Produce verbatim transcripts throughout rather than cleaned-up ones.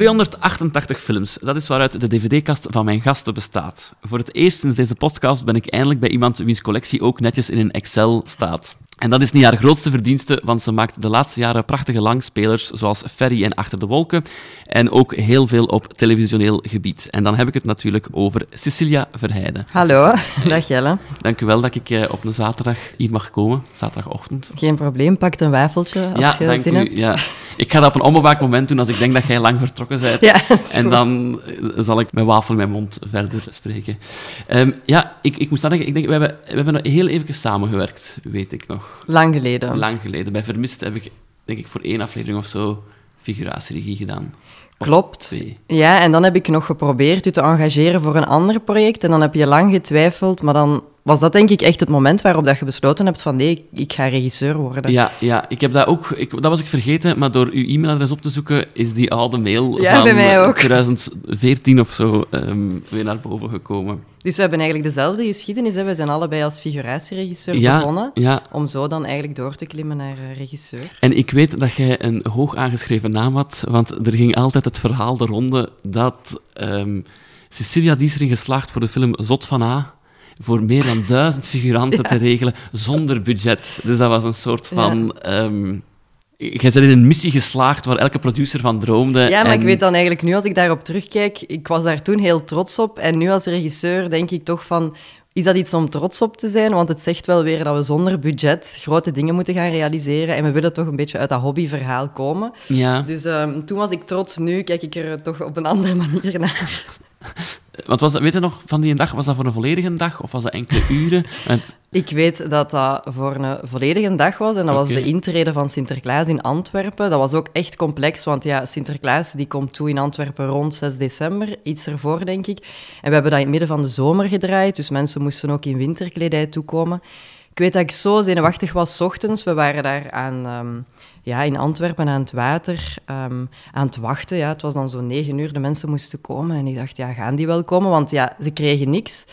tweehonderdachtentachtig films, dat is waaruit de D V D-kast van mijn gasten bestaat. Voor het eerst sinds deze podcast ben ik eindelijk bij iemand wiens collectie ook netjes in een Excel staat. En dat is niet haar grootste verdienste, want ze maakt de laatste jaren prachtige langspelers, zoals Ferry en Achter de Wolken, en ook heel veel op televisioneel gebied. En dan heb ik het natuurlijk over Cecilia Verheijden. Hallo, dag Jelle. Dank u wel dat ik eh, op een zaterdag hier mag komen, zaterdagochtend. Geen probleem, pak een wafeltje als ja, je dank zin u. hebt. Ja. Ik ga dat op een onbewaakt moment doen als ik denk dat jij lang vertrokken bent. Ja, en dan zal ik met wafel in mijn mond verder spreken. Um, ja, ik, ik moest nadenken. Ik denk, we hebben, we hebben heel even samengewerkt, weet ik nog. Lang geleden. Lang geleden. Bij Vermist heb ik, denk ik, voor één aflevering of zo figuratieregie gedaan. Of Klopt. twee. Ja, en dan heb ik nog geprobeerd u te engageren voor een ander project. En dan heb je lang getwijfeld, maar dan was dat denk ik echt het moment waarop dat je besloten hebt van nee, ik, ik ga regisseur worden. Ja, ja, ik heb dat ook... Ik, dat was ik vergeten, maar door uw e-mailadres op te zoeken is die oude mail Ja, van bij mij ook. twintig veertien of zo um, weer naar boven gekomen. Dus we hebben eigenlijk dezelfde geschiedenis. Hè. We zijn allebei als figuratieregisseur Ja, begonnen, ja. om zo dan eigenlijk door te klimmen naar uh, regisseur. En ik weet dat jij een hoog aangeschreven naam had, want er ging altijd het verhaal de ronde dat um, Cecilia die is erin geslaagd voor de film Zot van A voor meer dan duizend figuranten Ja. te regelen zonder budget. Dus dat was een soort van... Ja. Um, jij bent in een missie geslaagd waar elke producer van droomde. Ja, maar en... ik weet dan eigenlijk nu, als ik daarop terugkijk, ik was daar toen heel trots op. En nu als regisseur denk ik toch van, is dat iets om trots op te zijn? Want het zegt wel weer dat we zonder budget grote dingen moeten gaan realiseren. En we willen toch een beetje uit dat hobbyverhaal komen. Ja. Dus um, toen was ik trots, nu kijk ik er toch op een andere manier naar. Want was dat, weet je nog, van die dag, was dat voor een volledige dag of was dat enkele uren? Want... Ik weet dat dat voor een volledige dag was en dat Okay. was de intrede van Sinterklaas in Antwerpen. Dat was ook echt complex, want ja, Sinterklaas die komt toe in Antwerpen rond zes december, iets ervoor denk ik. En we hebben dat in het midden van de zomer gedraaid, dus mensen moesten ook in winterkledij toekomen. Ik weet dat ik zo zenuwachtig was 's ochtends. We waren daar aan, um, ja, in Antwerpen aan het water um, aan het wachten. Ja. Het was dan zo negen uur, de mensen moesten komen. En ik dacht, ja, gaan die wel komen? Want ja, ze kregen niks.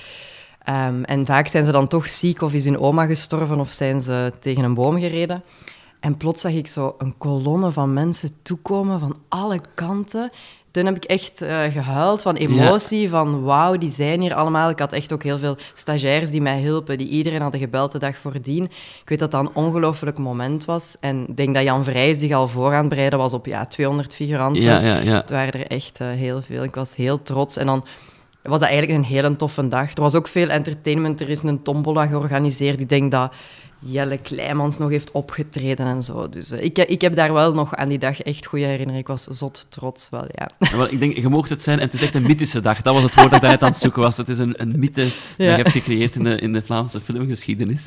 Um, en vaak zijn ze dan toch ziek of is hun oma gestorven of zijn ze tegen een boom gereden. En plots zag ik zo een kolonne van mensen toekomen van alle kanten. Toen heb ik echt uh, gehuild van emotie, ja. Van wauw, die zijn hier allemaal. Ik had echt ook heel veel stagiairs die mij hielpen, die iedereen hadden gebeld de dag voordien. Ik weet dat dat een ongelooflijk moment was. En ik denk dat Jan Vrij zich al voor aan het bereiden was op ja, tweehonderd figuranten. Ja, ja, ja. Het waren er echt uh, heel veel. Ik was heel trots. En dan was dat eigenlijk een hele toffe dag. Er was ook veel entertainment. Er is een tombola georganiseerd. Ik denk dat Jelle Kleimans nog heeft opgetreden en zo. Dus uh, ik, ik heb daar wel nog aan die dag echt goede herinneringen. Ik was zot trots wel, ja. Ja, wel, ik denk, je moogt het zijn en het is echt een mythische dag. Dat was het woord dat ik daarnet aan het zoeken was. Het is een, een mythe die Ja. je hebt gecreëerd in de, in de Vlaamse filmgeschiedenis.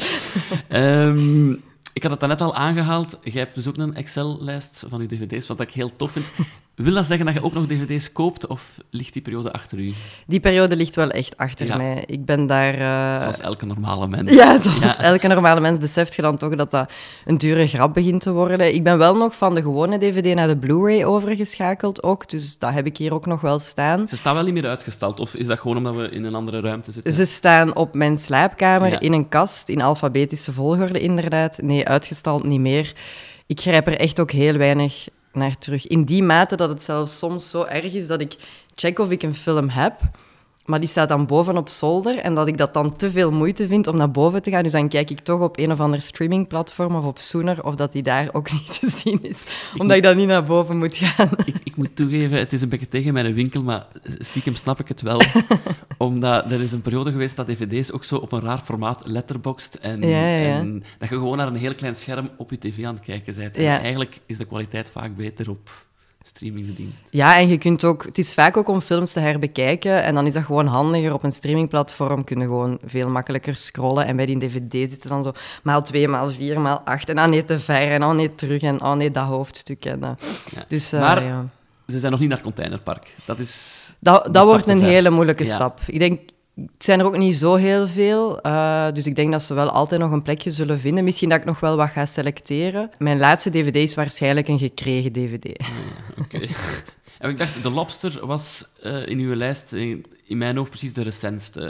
Um, ik had het daarnet al aangehaald. Jij hebt dus ook een Excel-lijst van je dvd's, wat ik heel tof vind. Wil dat zeggen dat je ook nog dvd's koopt, of ligt die periode achter u? Die periode ligt wel echt achter Ja. mij. Ik ben daar... Uh... Zoals elke normale mens. Ja, zoals Ja. elke normale mens beseft je dan toch dat dat een dure grap begint te worden. Ik ben wel nog van de gewone dvd naar de Blu-ray overgeschakeld ook, dus dat heb ik hier ook nog wel staan. Ze staan wel niet meer uitgestald, of is dat gewoon omdat we in een andere ruimte zitten? Ze staan op mijn slaapkamer, Ja. in een kast, in alfabetische volgorde inderdaad. Nee, uitgestald niet meer. Ik grijp er echt ook heel weinig naar terug. In die mate dat het zelfs soms zo erg is dat ik check of ik een film heb, maar die staat dan boven op zolder en dat ik dat dan te veel moeite vind om naar boven te gaan. Dus dan kijk ik toch op een of ander streamingplatform of op Soener of dat die daar ook niet te zien is, Ik omdat moet... ik dan niet naar boven moet gaan. Ik, ik moet toegeven, het is een beetje tegen mijn winkel, maar stiekem snap ik het wel. Omdat er is een periode geweest dat dvd's ook zo op een raar formaat letterboxd en, Ja, ja, ja. en dat je gewoon naar een heel klein scherm op je tv aan het kijken bent. En Ja. eigenlijk is de kwaliteit vaak beter op streamingdienst. Ja, en je kunt ook... Het is vaak ook om films te herbekijken en dan is dat gewoon handiger. Op een streamingplatform kun je gewoon veel makkelijker scrollen en bij die dvd zitten dan zo maal twee, maal vier, maal acht en ah nee, te ver en oh nee, terug en oh nee, dat hoofdstuk. En, uh. Ja. Dus, uh, Maar ja. ze zijn nog niet naar het containerpark. Dat is... Dat, die dat stap wordt te een ver. hele moeilijke Ja. stap. Ik denk... Het zijn er ook niet zo heel veel, uh, dus ik denk dat ze wel altijd nog een plekje zullen vinden. Misschien dat ik nog wel wat ga selecteren. Mijn laatste dvd is waarschijnlijk een gekregen dvd. Ah, ja, oké. En ik dacht, The Lobster was uh, in uw lijst in, in mijn hoofd precies de recentste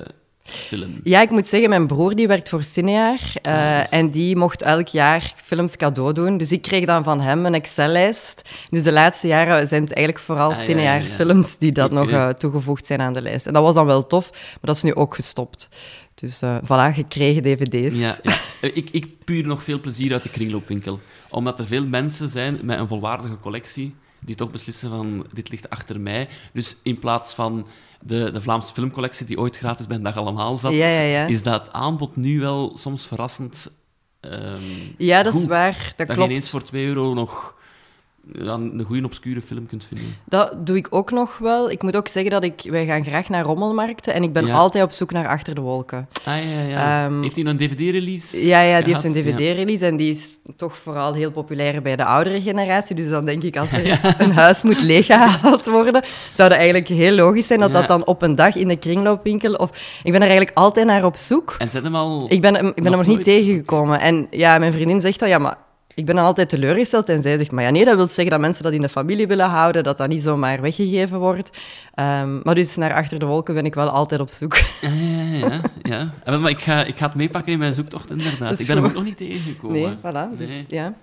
film. Ja, ik moet zeggen, mijn broer die werkt voor Cineaar uh, Ah, dus. en die mocht elk jaar films cadeau doen. Dus ik kreeg dan van hem een Excel-lijst. Dus de laatste jaren zijn het eigenlijk vooral Ah, ja, Cineaar-films ja, ja. die dat Oké. nog uh, toegevoegd zijn aan de lijst. En dat was dan wel tof, maar dat is nu ook gestopt. Dus uh, voilà, gekregen D V D's. Ja, ja. Ik, ik puur nog veel plezier uit de kringloopwinkel. Omdat er veel mensen zijn met een volwaardige collectie die toch beslissen van, dit ligt achter mij. Dus in plaats van de, de Vlaamse filmcollectie die ooit gratis bij een dag allemaal zat, Ja, ja, ja. is dat aanbod nu wel soms verrassend um, Ja, dat goed. is waar. Dat, Dat klopt. je ineens voor twee euro nog ja, een goede obscure film kunt vinden. Dat doe ik ook nog wel. Ik moet ook zeggen dat ik... Wij gaan graag naar rommelmarkten en ik ben Ja. altijd op zoek naar Achter de Wolken. Ah, ja, ja. Um, heeft hij een D V D-release Ja, ja, die gehad? heeft een D V Ja. D-release en die is toch vooral heel populair bij de oudere generatie. Dus dan denk ik, als er eens een huis moet leeggehaald worden, zou dat eigenlijk heel logisch zijn dat Ja. dat dan op een dag in de kringloopwinkel... Of, ik ben er eigenlijk altijd naar op zoek. En zijn hem al... Ik ben, ik ben hem nog niet nooit? tegengekomen. En ja, mijn vriendin zegt dan, ja, maar... Ik ben dan altijd teleurgesteld en zij zegt, maar ja, nee, dat wil zeggen dat mensen dat in de familie willen houden, dat dat niet zomaar weggegeven wordt. Um, maar dus naar Achter de Wolken ben ik wel altijd op zoek. Ja, ja, ja. ja. ja. Maar ik ga, ik ga het meepakken in mijn zoektocht, inderdaad. Dat is Ik ben hem goed. ook nog niet tegengekomen. Nee, voilà. Dus, Nee. ja.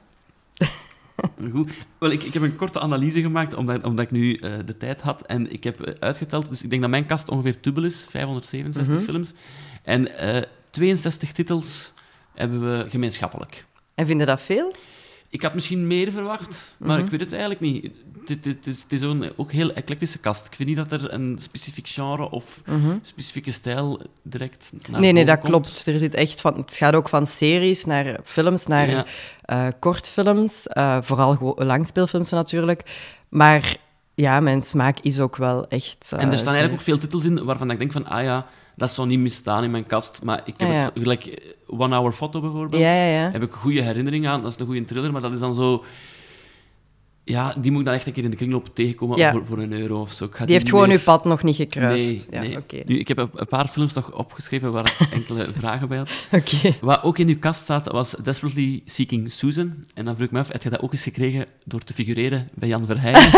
Goed. Wel, ik, ik heb een korte analyse gemaakt, omdat, omdat ik nu uh, de tijd had. En ik heb uh, uitgeteld, dus ik denk dat mijn kast ongeveer dubbel is, vijfhonderdzevenenzestig Mhm. films. En uh, tweeënzestig titels hebben we gemeenschappelijk. En vind je dat veel? Ik had misschien meer verwacht, maar Mhm. ik weet het eigenlijk niet. Het, het, het is, het is een ook heel eclectische kast. Ik vind niet dat er een specifiek genre of Mhm. specifieke stijl direct naar Nee, nee, boven dat komt. klopt. Er zit echt van, het gaat ook van series naar films, naar Ja. eh, kortfilms. eh, vooral gewoon langspeelfilms natuurlijk. Maar ja, mijn smaak is ook wel echt... eh, En er staan eigenlijk zeer- ook veel titels in waarvan ik denk van, ah ja, dat zou niet misstaan in mijn kast. Maar ik heb Ah, ja. het, gelijk eh, One Hour Photo bijvoorbeeld, Ja, ja, ja. heb ik goede herinneringen aan. Dat is een goede thriller, maar dat is dan zo... Ja, die moet ik dan echt een keer in de kringloop tegenkomen Ja. voor, voor een euro of zo. Ik ga Die heeft gewoon meer- uw pad nog niet gekruist. Nee, ja, nee. oké. Nu, ik heb een een paar films nog opgeschreven waar ik enkele vragen bij had. Oké. Wat ook in uw kast staat, was Desperately Seeking Susan. En dan vroeg ik me af, heb je dat ook eens gekregen door te figureren bij Jan Verheyen?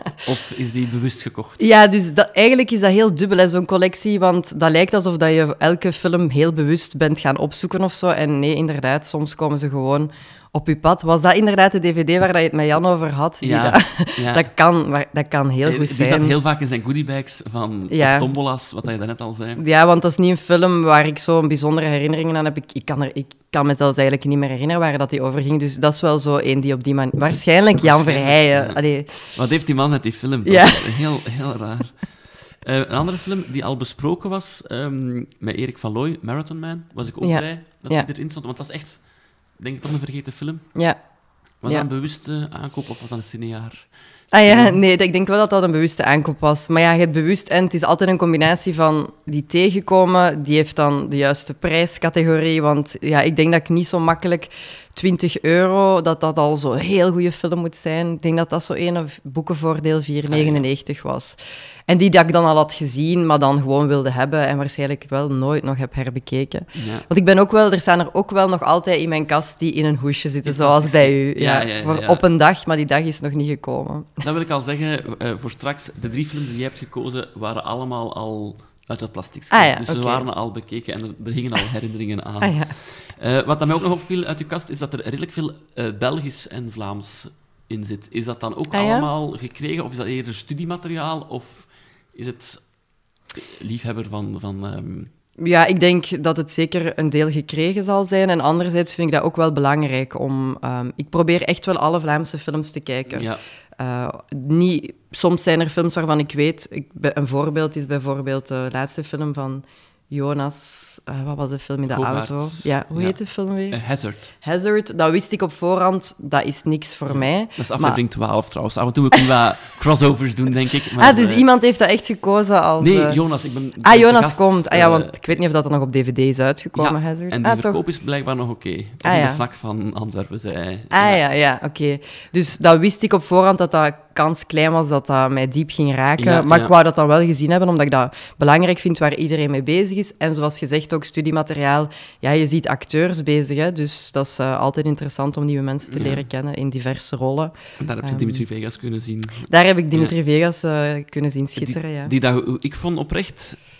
Of is die bewust gekocht? Ja, dus dat, eigenlijk is dat heel dubbel, hè, zo'n collectie. Want dat lijkt alsof dat je elke film heel bewust bent gaan opzoeken of zo. En nee, inderdaad, soms komen ze gewoon op je pad. Was dat inderdaad de D V D waar je het met Jan over had? Die Ja, dat, ja. dat, kan, maar dat kan heel Eh, goed die zijn. zat heel vaak in zijn goodiebags van Ja. of tombola's, wat je daarnet al zei. Ja, want dat is niet een film waar ik zo'n bijzondere herinneringen aan heb. Ik, ik, kan, er, ik kan me zelfs eigenlijk niet meer herinneren waar dat die over ging. Dus dat is wel zo één die op die manier... Waarschijnlijk Jan Waarschijnlijk, Verheyen. ja. Allee, Wat heeft die man met die film? Dat Ja. is heel, heel raar. Eh, een andere film die al besproken was, ehm, met Erik van Looy, Marathon Man, was ik ook Ja. blij dat Ja. die erin stond. Want dat is echt, denk ik, toch een vergeten film. ja. Was Ja. dat een bewuste aankoop of was dat een cinejaar? Ah ja, nee, ik denk wel dat dat een bewuste aankoop was. Maar ja, je hebt bewust en het is altijd een combinatie van die tegenkomen, die heeft dan de juiste prijscategorie. Want ja, ik denk dat ik niet zo makkelijk twintig euro, dat dat al zo'n heel goede film moet zijn. Ik denk dat dat zo één boekenvoordeel vier negenennegentig was. En die dat ik dan al had gezien, maar dan gewoon wilde hebben en waarschijnlijk wel nooit nog heb herbekeken. Ja. Want ik ben ook wel, er staan er ook wel nog altijd in mijn kast die in een hoesje zitten, In zoals plastic. bij u. Ja, Ja, ja, ja, voor ja. op een dag, maar die dag is nog niet gekomen. Dat wil ik al zeggen, eh, voor straks, de drie films die jij hebt gekozen, waren allemaal al uit het plastic. Ah ja, dus ze oké. waren al bekeken en er, er hingen al herinneringen aan. Ah ja. Eh, wat dat mij ook nog opviel uit uw kast, is dat er redelijk veel eh, Belgisch en Vlaams in zit. Is dat dan ook Ah ja? allemaal gekregen, of is dat eerder studiemateriaal, of is het liefhebber van... van ehm, Ja, ik denk dat het zeker een deel gekregen zal zijn. En anderzijds vind ik dat ook wel belangrijk om... ehm, ik probeer echt wel alle Vlaamse films te kijken. ja, Eh, niet, soms zijn er films waarvan ik weet... Ik, een voorbeeld is bijvoorbeeld de laatste film van Jonas... eh, wat was de film in de Govaerts. auto? Ja, hoe Ja. heet de film weer? eh, Hazard. Hazard. Dat wist ik op voorhand. Dat is niks voor mij. Dat is aflevering twaalf trouwens. Af en toe moeten we wat crossovers doen, denk ik. Maar, ah, dus eh, iemand heeft dat echt gekozen als... Nee, eh, Jonas. Ik ben, ik Ah, ben Jonas te gast, komt. Ah ja, eh, want ik weet niet of dat er nog op D V D is uitgekomen, ja, Hazard. en die ah, toch? verkoop is blijkbaar nog oké. Toch Ah, in ja. de vlak van Antwerpen, zei hij. Ah ja, ja, oké. Dus dat wist ik op voorhand dat dat kans klein was dat dat mij diep ging raken. Ja, maar ja. ik wou dat dan wel gezien hebben, omdat ik dat belangrijk vind waar iedereen mee bezig is. En zoals gezegd, ook studiemateriaal. Ja, je ziet acteurs bezig, hè, dus dat is uh, altijd interessant om nieuwe mensen te Ja. leren kennen in diverse rollen. En daar heb je Ehm, Dimitri Vegas kunnen zien. Daar heb ik Dimitri Vegas uh, kunnen zien schitteren, die, ja. Die dat ik vond oprecht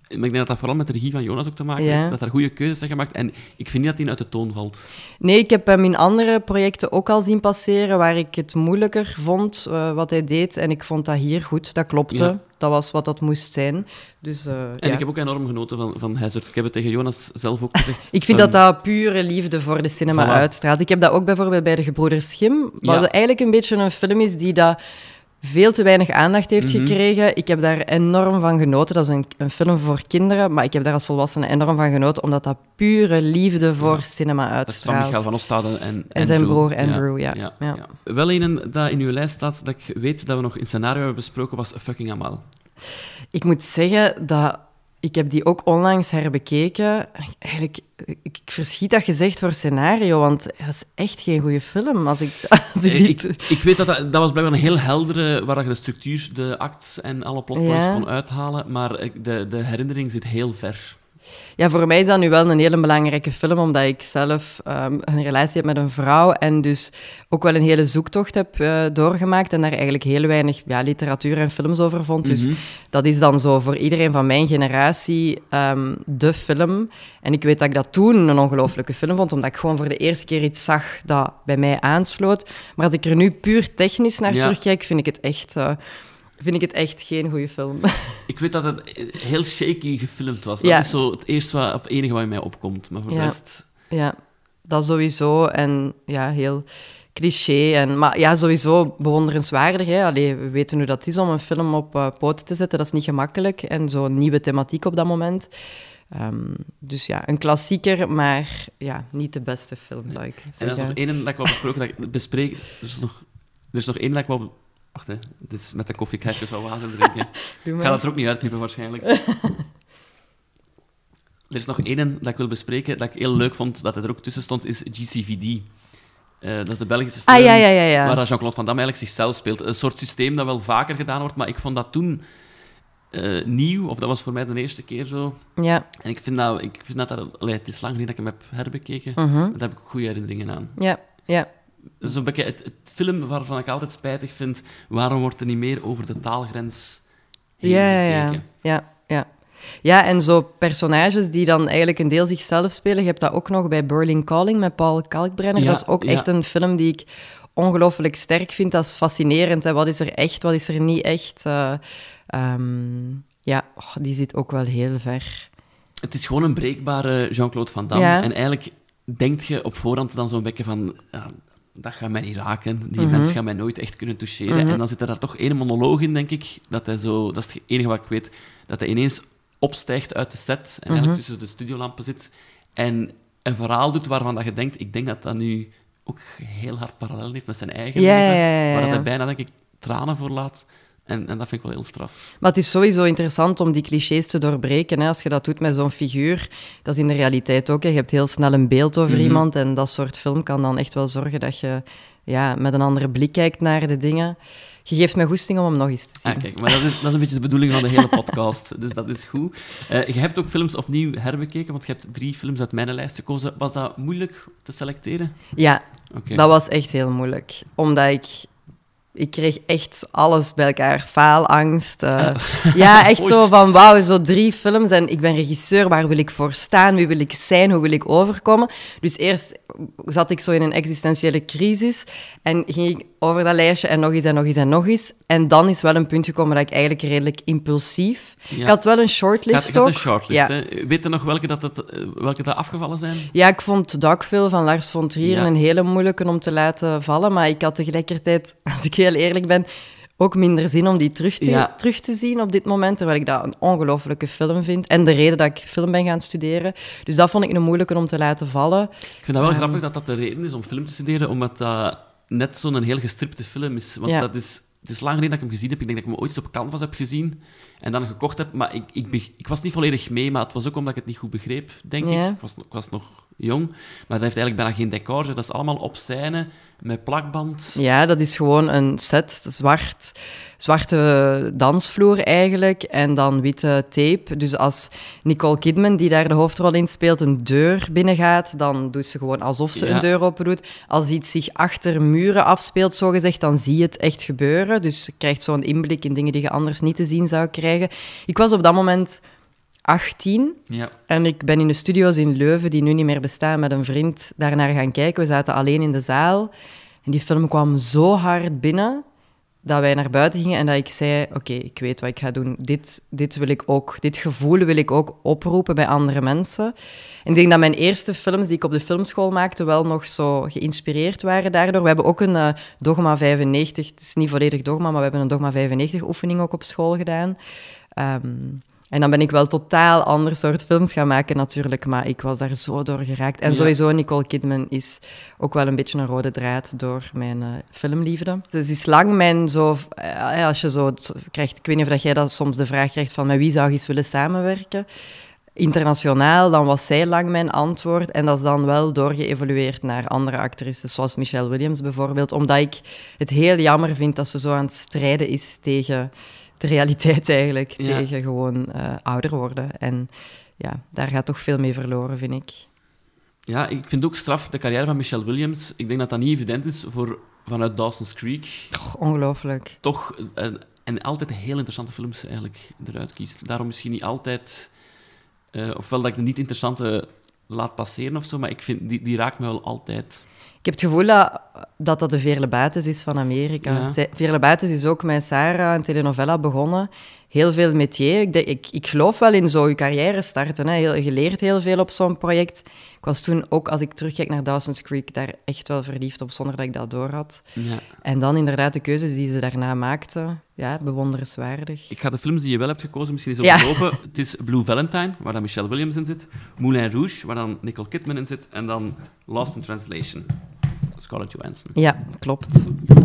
Maar ik denk dat dat vooral met de regie van Jonas ook te maken Ja. heeft, dat er goede keuzes zijn gemaakt. En ik vind niet dat hij uit de toon valt. Nee, ik heb hem in andere projecten ook al zien passeren waar ik het moeilijker vond uh, wat hij deed. En ik vond dat hier goed, dat klopte. Ja. Dat was wat dat moest zijn. Dus, uh, En ja. ik heb ook enorm genoten van, van Hazard. Ik heb het tegen Jonas zelf ook gezegd. Ik vind Um, dat dat pure liefde voor de cinema Voilà. uitstraalt. Ik heb dat ook bijvoorbeeld bij De Gebroeders Schim, wat Ja. eigenlijk een beetje een film is die dat veel te weinig aandacht heeft Mhm. gekregen. Ik heb daar enorm van genoten. Dat is een, een film voor kinderen, maar ik heb daar als volwassene enorm van genoten, omdat dat pure liefde voor Ja. cinema Dat is van uitstraalt. Michael van Ostade en En zijn Andrew. broer Andrew, ja. Ja, Ja. ja. Wel een dat in uw lijst staat, dat ik weet dat we nog in scenario hebben besproken, was Fucking Amal. Ik moet zeggen dat ik heb die ook onlangs herbekeken. Eigenlijk, ik, ik verschiet dat gezegd voor scenario, want dat is echt geen goede film. Als ik, als ik, Ik, dit... ik weet dat, dat dat was blijkbaar een heel heldere, waar je de structuur, de acts en alle plotpoints Ja. kon uithalen, maar ik- de, de herinnering zit heel ver. Ja, voor mij is dat nu wel een hele belangrijke film, omdat ik zelf um, een relatie heb met een vrouw en dus ook wel een hele zoektocht heb uh, doorgemaakt en daar eigenlijk heel weinig ja, literatuur en films over vond. Dus Mhm. dat is dan zo voor iedereen van mijn generatie um, de film. En ik weet dat ik dat toen een ongelooflijke film vond, omdat ik gewoon voor de eerste keer iets zag dat bij mij aansloot. Maar als ik er nu puur technisch naar Ja. terugkijk, vind ik het echt... Uh, vind ik het echt geen goede film. Ik weet dat het heel shaky gefilmd was. Dat Ja. is zo het eerste wat, of enige wat in mij opkomt. Maar voor Ja. de rest... Ja, dat sowieso. En ja, heel cliché. En, maar ja, sowieso bewonderenswaardig. Hè. Allee, we weten hoe dat is om een film op uh, poten te zetten. Dat is niet gemakkelijk. En zo'n nieuwe thematiek op dat moment. Um, dus ja, een klassieker, maar ja, niet de beste film, zou ik zeggen. En dat is nog één dat ik wel besproken, dat ik bespreek... Er is nog, er is nog één dat ik wel... Wacht, hè. Dit is met de koffie, ik ga even wat water drinken. Doe Ik maar. ga dat er ook niet uitknippen, waarschijnlijk. Er is nog één dat ik wil bespreken, dat ik heel leuk vond, dat hij er ook tussen stond, is G C V D. Uh, dat is de Belgische film Ah, ja, ja, ja, ja. waar Jean-Claude Van Damme eigenlijk zichzelf speelt. Een soort systeem dat wel vaker gedaan wordt, maar ik vond dat toen uh, nieuw, of dat was voor mij de eerste keer zo. Ja. En ik vind dat... Ik vind dat, dat allee, het is lang geleden dat ik hem heb herbekeken, Uh-huh. maar daar heb ik goede herinneringen aan. Ja, ja. Dat is een beetje het, het film waarvan ik altijd spijtig vind, waarom wordt er niet meer over de taalgrens heen Ja, ja, ja. gekeken? ja, ja. Ja, en zo personages die dan eigenlijk een deel zichzelf spelen. Je hebt dat ook nog bij Berlin Calling met Paul Kalkbrenner. Ja, dat is ook ja. echt een film die ik ongelooflijk sterk vind. Dat is fascinerend. Hè. Wat is er echt, wat is er niet echt? Uh, um, ja, oh, die zit ook wel heel ver. Het is gewoon een breekbare Jean-Claude Van Damme. Ja. En eigenlijk denk je op voorhand dan zo'n beetje van... Ja, dat gaat mij niet raken. Die Mhm. mens gaat mij nooit echt kunnen toucheren. Mhm. En dan zit er daar toch één monoloog in, denk ik. Dat hij zo... Dat is het enige wat ik weet. Dat hij ineens opstijgt uit de set en eigenlijk Mhm. tussen de studiolampen zit. En een verhaal doet waarvan dat je denkt... Ik denk dat dat nu ook heel hard parallel heeft met zijn eigen Ja, leven. ja, ja, ja, Waar dat ja. hij bijna, denk ik, tranen voor laat. En, en dat vind ik wel heel straf. Maar het is sowieso interessant om die clichés te doorbreken. Hè. Als je dat doet met zo'n figuur, dat is in de realiteit ook. Hè. Je hebt heel snel een beeld over Mhm. iemand en dat soort film kan dan echt wel zorgen dat je ja, met een andere blik kijkt naar de dingen. Je geeft mij goesting om hem nog eens te zien. Ah, kijk, maar dat is, dat is een beetje de bedoeling van de hele podcast, dus dat is goed. Uh, je hebt ook films opnieuw herbekeken, want je hebt drie films uit mijn lijst gekozen. Was dat moeilijk te selecteren? Ja, Oké. dat was echt heel moeilijk. Omdat ik... Ik kreeg echt alles bij elkaar. Faalangst. Uh, ja, echt Oei. zo van, wauw, zo drie films. En ik ben regisseur, waar wil ik voor staan? Wie wil ik zijn? Hoe wil ik overkomen? Dus eerst zat ik zo in een existentiële crisis. En ging ik over dat lijstje en nog eens en nog eens en nog eens. En dan is wel een punt gekomen dat ik eigenlijk redelijk impulsief... Ja. Ik had wel een shortlist Ik had ook. een shortlist, Ja. hè. Weet je nog welke, dat het, welke dat afgevallen zijn? Ja, ik vond Dogville van Lars von Trier Ja. een hele moeilijke om te laten vallen. Maar ik had tegelijkertijd, als ik heel eerlijk ben, ook minder zin om die terug te, Ja. terug te zien op dit moment. Terwijl ik dat een ongelooflijke film vind. En de reden dat ik film ben gaan studeren. Dus dat vond ik een moeilijke om te laten vallen. Ik vind dat wel Um, grappig dat dat de reden is om film te studeren, omdat dat net zo'n heel gestripte film is. Want Ja. dat is... Het is lang geleden dat ik hem gezien heb. Ik denk dat ik hem ooit eens op Canvas heb gezien en dan gekocht heb. Maar ik, ik, be- ik was niet volledig mee, maar het was ook omdat ik het niet goed begreep, denk Ja. ik. Ik was, ik was nog jong. Maar dat heeft eigenlijk bijna geen decor. Dat is allemaal op scène, met plakband. Ja, dat is gewoon een set, zwart, zwarte dansvloer eigenlijk, en dan witte tape. Dus als Nicole Kidman, die daar de hoofdrol in speelt, een deur binnengaat, dan doet ze gewoon alsof ze Ja. een deur open doet. Als iets zich achter muren afspeelt, zogezegd, dan zie je het echt gebeuren. Dus je krijgt zo'n inblik in dingen die je anders niet te zien zou krijgen. Ik was op dat moment achttien. Ja. En ik ben in de studio's in Leuven, die nu niet meer bestaan, met een vriend daarnaar gaan kijken. We zaten alleen in de zaal. En die film kwam zo hard binnen dat wij naar buiten gingen en dat ik zei, oké, okay, ik weet wat ik ga doen. Dit, dit wil ik ook, dit gevoel wil ik ook oproepen bij andere mensen. En ik denk dat mijn eerste films die ik op de filmschool maakte wel nog zo geïnspireerd waren daardoor. We hebben ook een uh, Dogma vijfennegentig, het is niet volledig Dogma, maar we hebben een Dogma vijfennegentig oefening ook op school gedaan. Um, En dan ben ik wel totaal ander soort films gaan maken natuurlijk, maar ik was daar zo door geraakt. En ja. Sowieso, Nicole Kidman is ook wel een beetje een rode draad door mijn uh, filmliefde. Dus is lang mijn zo... Uh, als je zo krijgt... Ik weet niet of jij dat soms de vraag krijgt van met wie zou je eens willen samenwerken? Internationaal, dan was zij lang mijn antwoord. En dat is dan wel doorgeëvolueerd naar andere actrices, zoals Michelle Williams bijvoorbeeld. Omdat ik het heel jammer vind dat ze zo aan het strijden is tegen... de realiteit eigenlijk, ja. Tegen gewoon uh, ouder worden. En ja, daar gaat toch veel mee verloren, vind ik. Ja, ik vind ook straf de carrière van Michelle Williams. Ik denk dat dat niet evident is voor vanuit Dawson's Creek. Oh, ongelooflijk. Toch, uh, en altijd heel interessante films eigenlijk eruit kiest. Daarom misschien niet altijd... Uh, ofwel dat ik de niet interessante laat passeren of zo, maar ik vind, die, die raakt me wel altijd... Ik heb het gevoel dat dat, dat de Veerle Bates is van Amerika. Ja. Zij, Veerle Bates is ook met Sarah een telenovela begonnen. Heel veel métier. Ik, denk, ik, ik geloof wel in zo je carrière starten. Hè. Heel, je leert heel veel op zo'n project. Ik was toen ook, als ik terugkijk naar Dawson's Creek, daar echt wel verliefd op, zonder dat ik dat door had. Ja. En dan inderdaad de keuzes die ze daarna maakte, ja, bewonderenswaardig. Ik ga de films die je wel hebt gekozen misschien eens overlopen. Ja. Het is Blue Valentine, waar dan Michelle Williams in zit. Moulin Rouge, waar dan Nicole Kidman in zit. En dan Lost in Translation, Scarlett Johansson. Ja, klopt.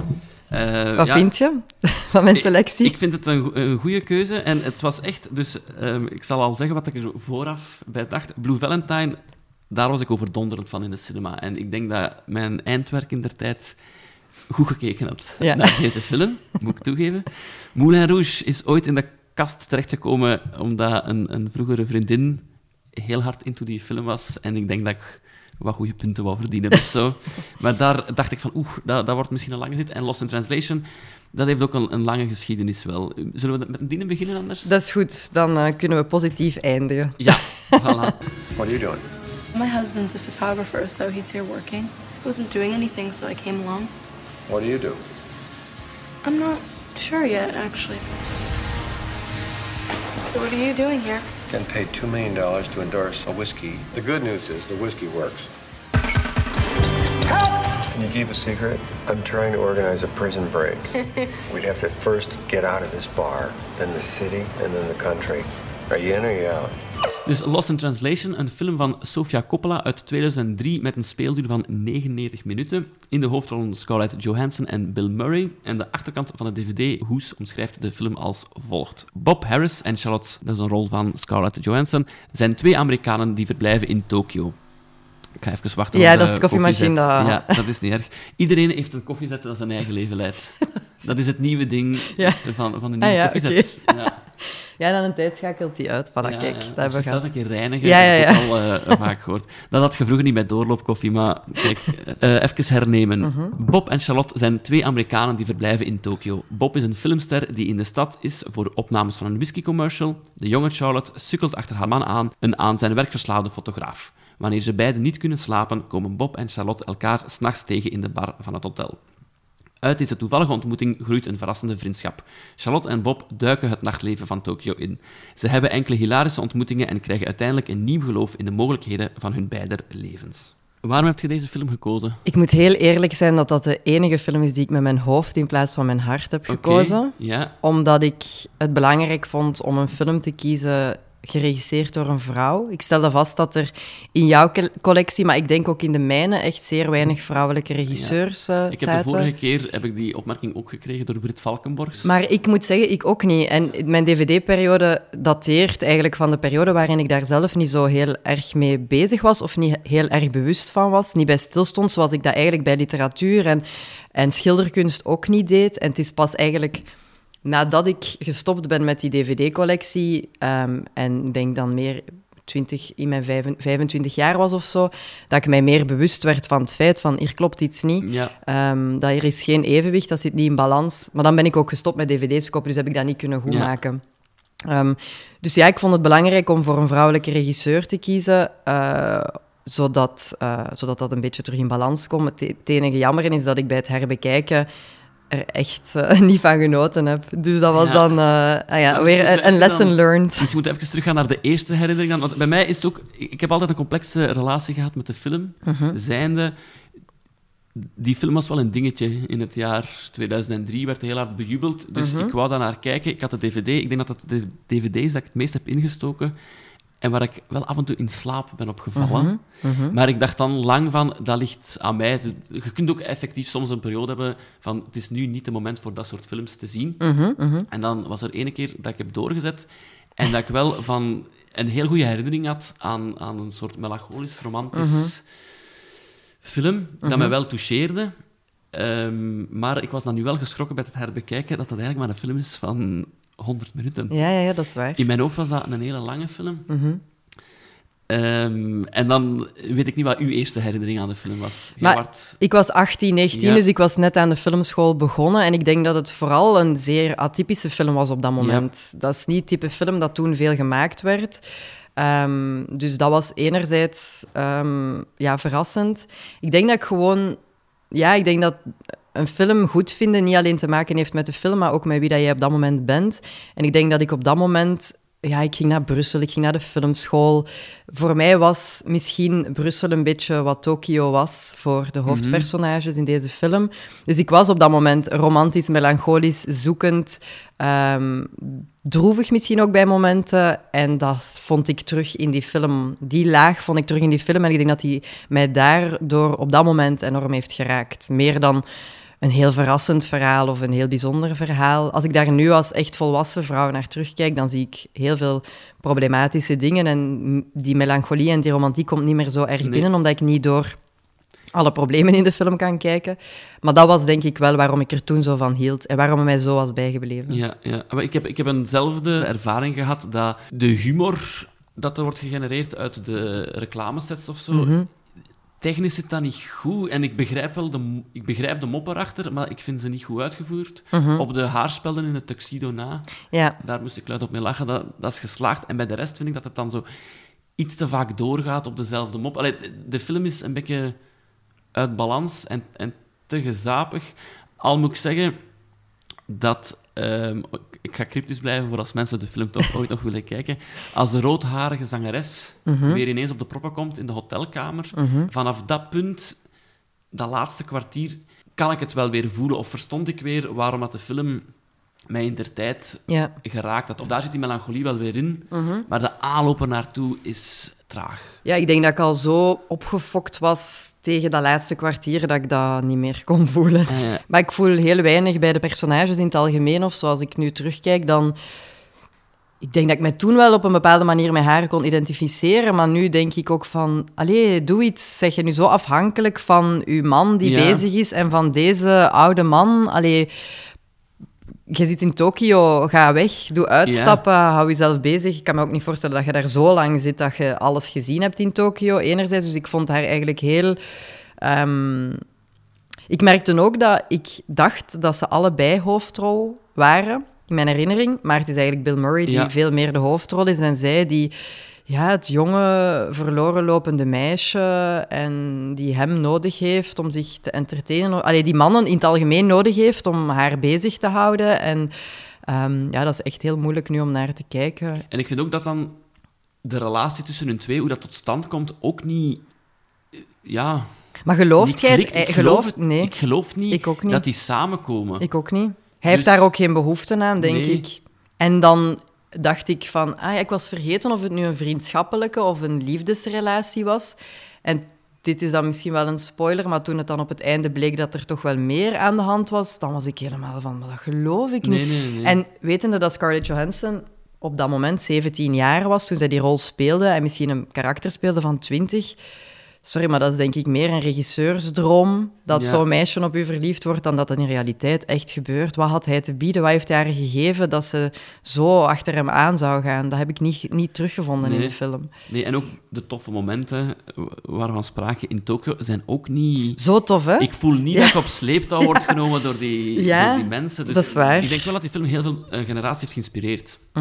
Uh, Wat ja, vind je van mijn selectie? Ik, ik vind het een, een goede keuze. En het was echt... Dus um, ik zal al zeggen wat ik er vooraf bij dacht. Blue Valentine, daar was ik overdonderend van in de cinema. En ik denk dat mijn eindwerk in der tijd goed gekeken had ja. naar deze film, moet ik toegeven. Moulin Rouge is ooit in de kast terechtgekomen omdat een, een vroegere vriendin heel hard into die film was. En ik denk dat ik wat goede punten wou verdienen of zo. Maar daar dacht ik van, oeh, dat, dat wordt misschien een lange zit. En Lost in Translation, dat heeft ook een, een lange geschiedenis wel. Zullen we met een dienen beginnen anders? Dat is goed, dan uh, kunnen we positief eindigen. Ja, voilà. What are you doing? My husband's a photographer, so he's here working. I wasn't doing anything, so I came along. What do you do? I'm not sure yet, actually. What are you doing here? Getting paid two million dollars to endorse a whiskey. The good news is the whiskey works. Help! Can you keep a secret? I'm trying to organize a prison break. We'd have to first get out of this bar, then the city, and then the country. Are you in or are you out? Dus Lost in Translation, een film van Sofia Coppola uit tweeduizend drie met een speelduur van negenennegentig minuten. In de hoofdrollen Scarlett Johansson en Bill Murray. En de achterkant van de D V D-hoes omschrijft de film als volgt. Bob Harris en Charlotte, dat is een rol van Scarlett Johansson, zijn twee Amerikanen die verblijven in Tokio. Ik ga even wachten. Ja, dat is de koffiemachine. Dat... Ja, dat is niet erg. Iedereen heeft een koffiezet dat zijn eigen leven leidt. Dat is het nieuwe ding ja. van, van de nieuwe ah, ja, koffiezet. Okay. Ja. Ja, dan een tijd schakelt die uit. Voilà, ja, kijk, ja. dat hebben we zelf een keer reinigen, ja, ja, ja. dat heb ik al uh, vaak gehoord. Dat had je vroeger niet bij doorloopkoffie, maar kijk, uh, even hernemen. Uh-huh. Bob en Charlotte zijn twee Amerikanen die verblijven in Tokio. Bob is een filmster die in de stad is voor opnames van een whisky-commercial. De jonge Charlotte sukkelt achter haar man aan, een aan zijn werk verslaafde fotograaf. Wanneer ze beiden niet kunnen slapen, komen Bob en Charlotte elkaar 's nachts tegen in de bar van het hotel. Uit deze toevallige ontmoeting groeit een verrassende vriendschap. Charlotte en Bob duiken het nachtleven van Tokio in. Ze hebben enkele hilarische ontmoetingen en krijgen uiteindelijk een nieuw geloof in de mogelijkheden van hun beider levens. Waarom heb je deze film gekozen? Ik moet heel eerlijk zijn dat dat de enige film is die ik met mijn hoofd in plaats van mijn hart heb gekozen. Okay, ja. Omdat ik het belangrijk vond om een film te kiezen geregisseerd door een vrouw. Ik stelde vast dat er in jouw collectie, maar ik denk ook in de mijne, echt zeer weinig vrouwelijke regisseurs ja. Ik heb zaten. de vorige keer heb ik die opmerking ook gekregen door Britt Valkenborgs. Maar ik moet zeggen, ik ook niet. En mijn D V D-periode dateert eigenlijk van de periode waarin ik daar zelf niet zo heel erg mee bezig was of niet heel erg bewust van was, niet bij stilstond, zoals ik dat eigenlijk bij literatuur en, en schilderkunst ook niet deed. En het is pas eigenlijk... Nadat ik gestopt ben met die D V D-collectie, um, en denk dan meer twintig, in mijn vijfentwintig jaar was of zo, dat ik mij meer bewust werd van het feit van, hier klopt iets niet. Ja. Um, dat er is geen evenwicht, dat zit niet in balans. Maar dan ben ik ook gestopt met D V D's kopen, dus heb ik dat niet kunnen goedmaken. Um, dus ja, ik vond het belangrijk om voor een vrouwelijke regisseur te kiezen, uh, zodat, uh, zodat dat een beetje terug in balans komt. Het, het enige jammer is dat ik bij het herbekijken er echt uh, niet van genoten heb. Dus dat was ja. dan uh, ah ja, dus weer een, een lesson dan, learned. Dus je moet even teruggaan naar de eerste herinnering. Dan, want bij mij is het ook... Ik heb altijd een complexe relatie gehad met de film. Uh-huh. Zijnde... Die film was wel een dingetje. In het jaar tweeduizend drie werd heel hard bejubeld. Dus uh-huh. ik wou daar naar kijken. Ik had de D V D. Ik denk dat het de D V D is dat ik het meest heb ingestoken. En waar ik wel af en toe in slaap ben opgevallen. Uh-huh. Uh-huh. Maar ik dacht dan lang van, dat ligt aan mij. Je kunt ook effectief soms een periode hebben van, het is nu niet het moment voor dat soort films te zien. Uh-huh. Uh-huh. En dan was er ene keer dat ik heb doorgezet en dat ik wel van een heel goede herinnering had aan, aan een soort melancholisch, romantisch uh-huh. film, dat uh-huh. mij wel toucheerde. Um, maar ik was dan nu wel geschrokken bij het herbekijken dat dat eigenlijk maar een film is van honderd minuten. Ja, ja, ja, dat is waar. In mijn hoofd was dat een hele lange film. Uh-huh. Um, en dan weet ik niet wat uw eerste herinnering aan de film was. Maar werd... Ik was achttien, negentien, ja. Dus ik was net aan de filmschool begonnen. En ik denk dat het vooral een zeer atypische film was op dat moment. Ja. Dat is niet het type film dat toen veel gemaakt werd. Um, dus dat was enerzijds um, ja, verrassend. Ik denk dat ik gewoon... Ja, ik denk dat... Een film goed vinden niet alleen te maken heeft met de film, maar ook met wie dat je op dat moment bent. En ik denk dat ik op dat moment... Ja, ik ging naar Brussel, ik ging naar de filmschool. Voor mij was misschien Brussel een beetje wat Tokio was voor de hoofdpersonages mm-hmm. in deze film. Dus ik was op dat moment romantisch, melancholisch, zoekend, um, droevig misschien ook bij momenten. En dat vond ik terug in die film. Die laag vond ik terug in die film. En ik denk dat die mij daardoor op dat moment enorm heeft geraakt. Meer dan... een heel verrassend verhaal of een heel bijzonder verhaal. Als ik daar nu als echt volwassen vrouw naar terugkijk, dan zie ik heel veel problematische dingen. En die melancholie en die romantiek komt niet meer zo erg nee. binnen, omdat ik niet door alle problemen in de film kan kijken. Maar dat was denk ik wel waarom ik er toen zo van hield en waarom het mij zo was bijgebleven. Ja, ja. Maar ik heb, ik heb eenzelfde ervaring gehad dat de humor dat er wordt gegenereerd uit de reclamesets of zo... Mm-hmm. Technisch zit dat niet goed. En ik begrijp wel de, ik begrijp de mop erachter, maar ik vind ze niet goed uitgevoerd. Uh-huh. Op de haarspelden in het tuxedo na, ja. daar moest ik luid op mee lachen. Dat, dat is geslaagd. En bij de rest vind ik dat het dan zo iets te vaak doorgaat op dezelfde mop. Allee, de, de film is een beetje uit balans en, en te gezapig. Al moet ik zeggen dat... Um, ik ga cryptisch blijven voor als mensen de film toch ooit nog willen kijken. Als de roodharige zangeres uh-huh. weer ineens op de proppen komt in de hotelkamer, uh-huh. vanaf dat punt, dat laatste kwartier, kan ik het wel weer voelen. Of verstond ik weer waarom dat de film mij in der tijd ja. geraakt had. Of daar zit die melancholie wel weer in, uh-huh. maar de aanloop er naartoe is traag. Ja, ik denk dat ik al zo opgefokt was tegen dat laatste kwartier dat ik dat niet meer kon voelen. Ah, ja. Maar ik voel heel weinig bij de personages in het algemeen, of zoals ik nu terugkijk, dan... Ik denk dat ik mij toen wel op een bepaalde manier met haar kon identificeren, maar nu denk ik ook van... Allee, doe iets. Zeg je nu zo afhankelijk van uw man die ja. bezig is en van deze oude man? Allee... Je zit in Tokio, ga weg, doe uitstappen, ja. hou jezelf bezig. Ik kan me ook niet voorstellen dat je daar zo lang zit dat je alles gezien hebt in Tokio, enerzijds. Dus ik vond haar eigenlijk heel... Um... Ik merkte ook dat ik dacht dat ze allebei hoofdrol waren, in mijn herinnering. Maar het is eigenlijk Bill Murray die ja. veel meer de hoofdrol is en zij die... Ja, het jonge, verloren lopende meisje en die hem nodig heeft om zich te entertainen. Allee, die mannen in het algemeen nodig heeft om haar bezig te houden. En um, ja, dat is echt heel moeilijk nu om naar te kijken. En ik vind ook dat dan de relatie tussen hun twee, hoe dat tot stand komt, ook niet... Ja... Maar gelooft jij... Ik, geloof, geloof, nee. ik geloof niet, ik ook niet dat die samenkomen. Ik ook niet. Hij dus, heeft daar ook geen behoefte aan, denk nee. ik. En dan... dacht ik van, ah ja, ik was vergeten of het nu een vriendschappelijke of een liefdesrelatie was. En dit is dan misschien wel een spoiler, maar toen het dan op het einde bleek dat er toch wel meer aan de hand was, dan was ik helemaal van, maar dat geloof ik niet. Nee, nee, nee. En wetende dat Scarlett Johansson op dat moment zeventien jaar was, toen zij die rol speelde, en misschien een karakter speelde van twintig... Sorry, maar dat is denk ik meer een regisseursdroom, dat ja. zo'n meisje op u verliefd wordt, dan dat het in realiteit echt gebeurt. Wat had hij te bieden? Wat heeft hij haar gegeven dat ze zo achter hem aan zou gaan? Dat heb ik niet, niet teruggevonden nee. in de film. Nee, en ook de toffe momenten waarvan sprake in Tokio zijn ook niet... Zo tof, hè? Ik voel niet ja. dat ik op sleeptouw word genomen door die, ja, door die mensen. Dus dat is waar. Ik denk wel dat die film heel veel een generatie heeft geïnspireerd. Mm-hmm.